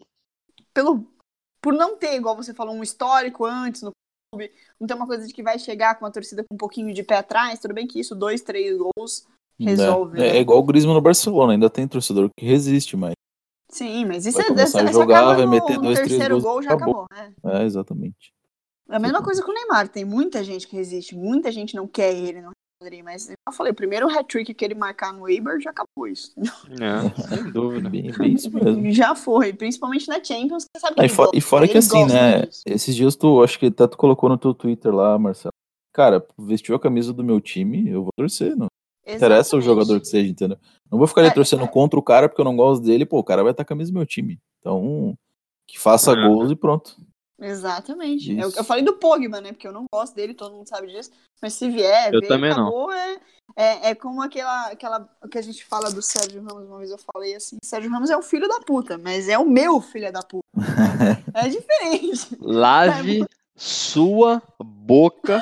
não ter, igual você falou, um histórico antes no clube, não ter uma coisa de que vai chegar com a torcida com um pouquinho de pé atrás, tudo bem que isso, 2, 3 gols resolve. É igual o Griezmann no Barcelona, ainda tem torcedor que resiste, mas sim, mas isso vai começar a jogar, vai meter 2, 3 terceiro gols, gol já acabou. É, exatamente. É a mesma coisa com o Neymar, tem muita gente que resiste, muita gente não quer ele no Real Madrid, mas eu falei, o primeiro hat-trick que ele marcar no Eibar já acabou isso. Sem dúvida. Bem isso mesmo. Já foi, principalmente na Champions, você sabe que E fora que assim, né, esses dias acho que até tu colocou no teu Twitter lá, Marcelo, cara, vestiu a camisa do meu time, eu vou torcer, não interessa o jogador que seja, entendeu? Não vou ficar ali torcendo contra o cara porque eu não gosto dele, pô, o cara vai estar com a camisa do meu time. Então, que faça gols e pronto. Exatamente. Eu falei do Pogba, né? Porque eu não gosto dele, todo mundo sabe disso. Mas se vier, eu também acabou, é como aquela que a gente fala do Sérgio Ramos, uma vez eu falei assim, Sérgio Ramos é o filho da puta, mas é o meu filho da puta. É diferente. Lave sua boca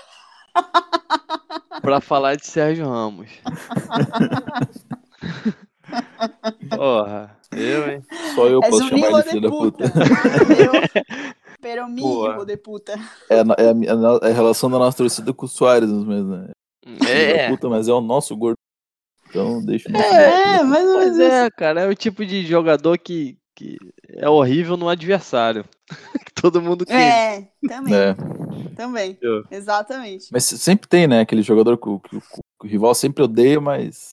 pra falar de Sérgio Ramos. Porra, hein? Só eu posso chamar de filho da puta. Pero mi hijo de puta. É a relação da nossa torcida com o Suárez mesmo, né? Filho da puta, mas é o nosso gordo. Então deixa o nosso mas cara, é o tipo de jogador que é horrível no adversário. Todo mundo quer. Também. Exatamente. Mas sempre tem, né? Aquele jogador que o rival sempre odeia, mas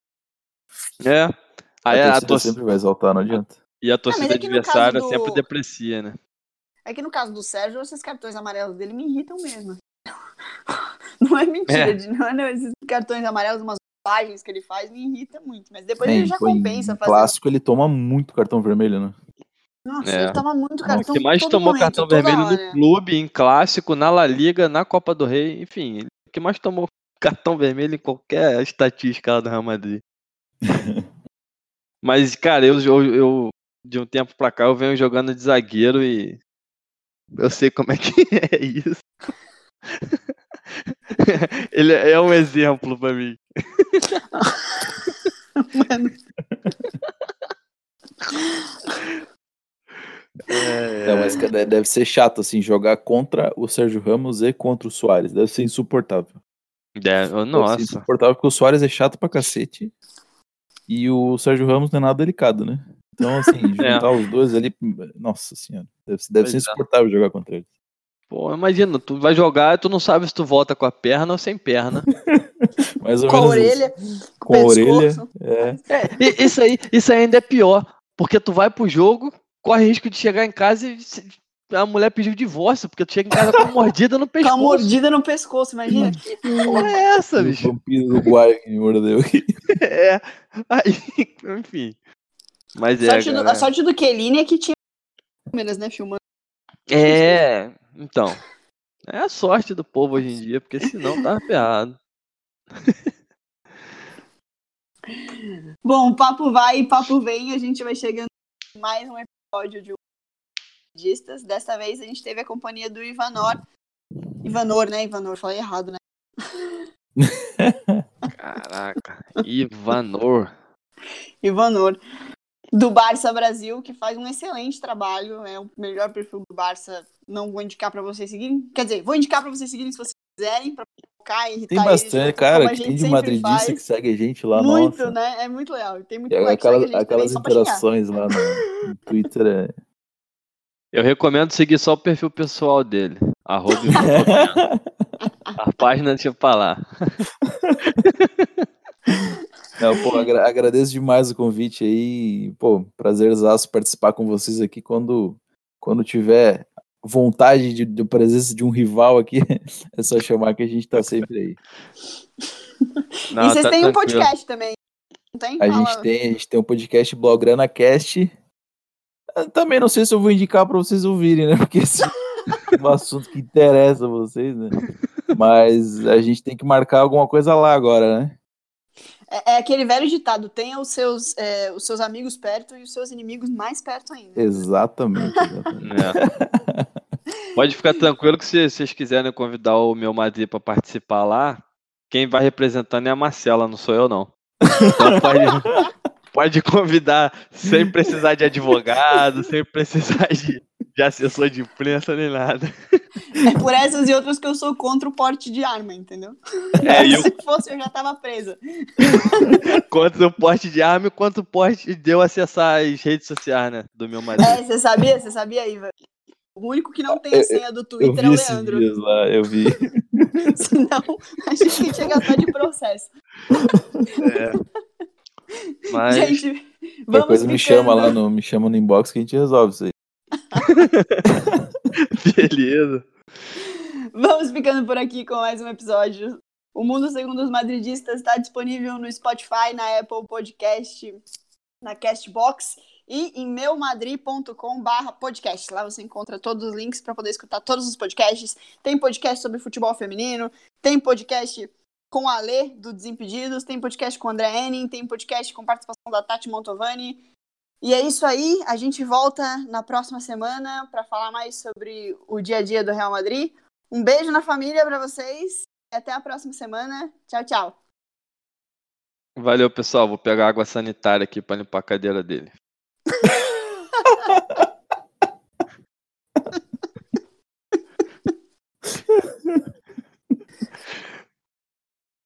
Aí a torcida sempre vai exaltar, não adianta. E a torcida adversária sempre deprecia, né? É que no caso do Sérgio, esses cartões amarelos dele me irritam mesmo. Não é mentira, não, esses cartões amarelos, umas bobagens que ele faz, me irrita muito. Mas depois ele já compensa. Clássico, ele toma muito cartão vermelho, né? Nossa, ele toma muito cartão. O que mais tomou cartão vermelho no clube, em clássico, na La Liga, na Copa do Rei, enfim, o que mais tomou cartão vermelho em qualquer estatística lá do Real Madrid. Mas, cara, eu de um tempo pra cá eu venho jogando de zagueiro e eu sei como é que é isso. Ele é um exemplo pra mim. Mano. Mas deve ser chato, assim, jogar contra o Sérgio Ramos e contra o Suárez. Deve ser insuportável. Nossa. Deve ser insuportável porque o Suárez é chato pra cacete e o Sérgio Ramos não é nada delicado, né? Então, assim, juntar os dois ali, nossa senhora, deve ser insuportável jogar contra eles. Pô, imagina, tu vai jogar e tu não sabe se tu volta com a perna ou sem perna. Mais ou com menos a orelha, com a orelha. Isso ainda é pior, porque tu vai pro jogo, corre risco de chegar em casa e a mulher pediu divórcio, porque tu chega em casa com uma mordida no pescoço. Com a mordida no pescoço, imagina. Que porra é essa, bicho? O vampiro do Guai que me mordeu. Aí, enfim. Mas a sorte do Chiellini é que tinha câmeras, né, filmando. Então. É a sorte do povo hoje em dia, porque senão tava ferrado. Bom, papo vai e papo vem, a gente vai chegando em mais um episódio de Madridistas. Dessa vez a gente teve a companhia do Ivanor, né? Ivanor, falei errado, né? Caraca, Ivanor, do Barça Brasil, que faz um excelente trabalho, é o melhor perfil do Barça não vou indicar pra vocês seguirem. Quer dizer, vou indicar pra vocês seguirem se vocês quiserem, pra colocar e irritar Tem bastante, eles, cara, como a que gente tem de sempre madridista faz. que segue a gente lá, Muito, nossa. né? É muito legal. Tem muito E moleque que segue a gente também aquelas só pra xingar. interações lá no Twitter Eu recomendo seguir só o perfil pessoal dele. @Ivan. A página deixa pra lá. Não, pô, agradeço demais o convite aí. Pô, prazerzaço participar com vocês aqui quando tiver vontade de presença de um rival aqui, é só chamar que a gente tá sempre aí. Não, e vocês tá têm um tranquilo. podcast também, não tem? A Fala. gente tem um podcast Blaugrana Cast. Eu também não sei se eu vou indicar pra vocês ouvirem, né? Porque esse é um assunto que interessa a vocês, né? Mas a gente tem que marcar alguma coisa lá agora, né? É aquele velho ditado, tenha os seus amigos perto e os seus inimigos mais perto ainda. Exatamente. Pode ficar tranquilo que se vocês quiserem convidar o meu Madrid pra participar lá, quem vai representando é a Marcela, não sou eu não. Então pode convidar sem precisar de advogado, sem precisar de assessor de imprensa nem nada. É por essas e outras que eu sou contra o porte de arma, entendeu? Se fosse, eu já tava presa. Contra o porte de arma e contra o porte de eu acessar as redes sociais, né? Do meu marido. Você sabia, Ivan? O único que não tem a senha do Eu Twitter vi é o esses Leandro. dias lá, eu vi. Senão, a gente tinha gastado de processo. Mas Gente, Qualquer vamos coisa me ficando. chama no inbox que a gente resolve isso aí. beleza. Vamos ficando por aqui com mais um episódio. O Mundo Segundo os Madridistas está disponível no Spotify, na Apple Podcast, na Castbox e em meumadrid.com/podcast. Lá você encontra todos os links para poder escutar todos os podcasts. Tem podcast sobre futebol feminino, tem podcast com a Alê, do Desimpedidos, tem podcast com o André Henning, tem podcast com participação da Tati Montovani. E é isso aí, a gente volta na próxima semana para falar mais sobre o dia a dia do Real Madrid. Um beijo na família para vocês e até a próxima semana. Tchau, tchau. Valeu, pessoal. Vou pegar água sanitária aqui para limpar a cadeira dele.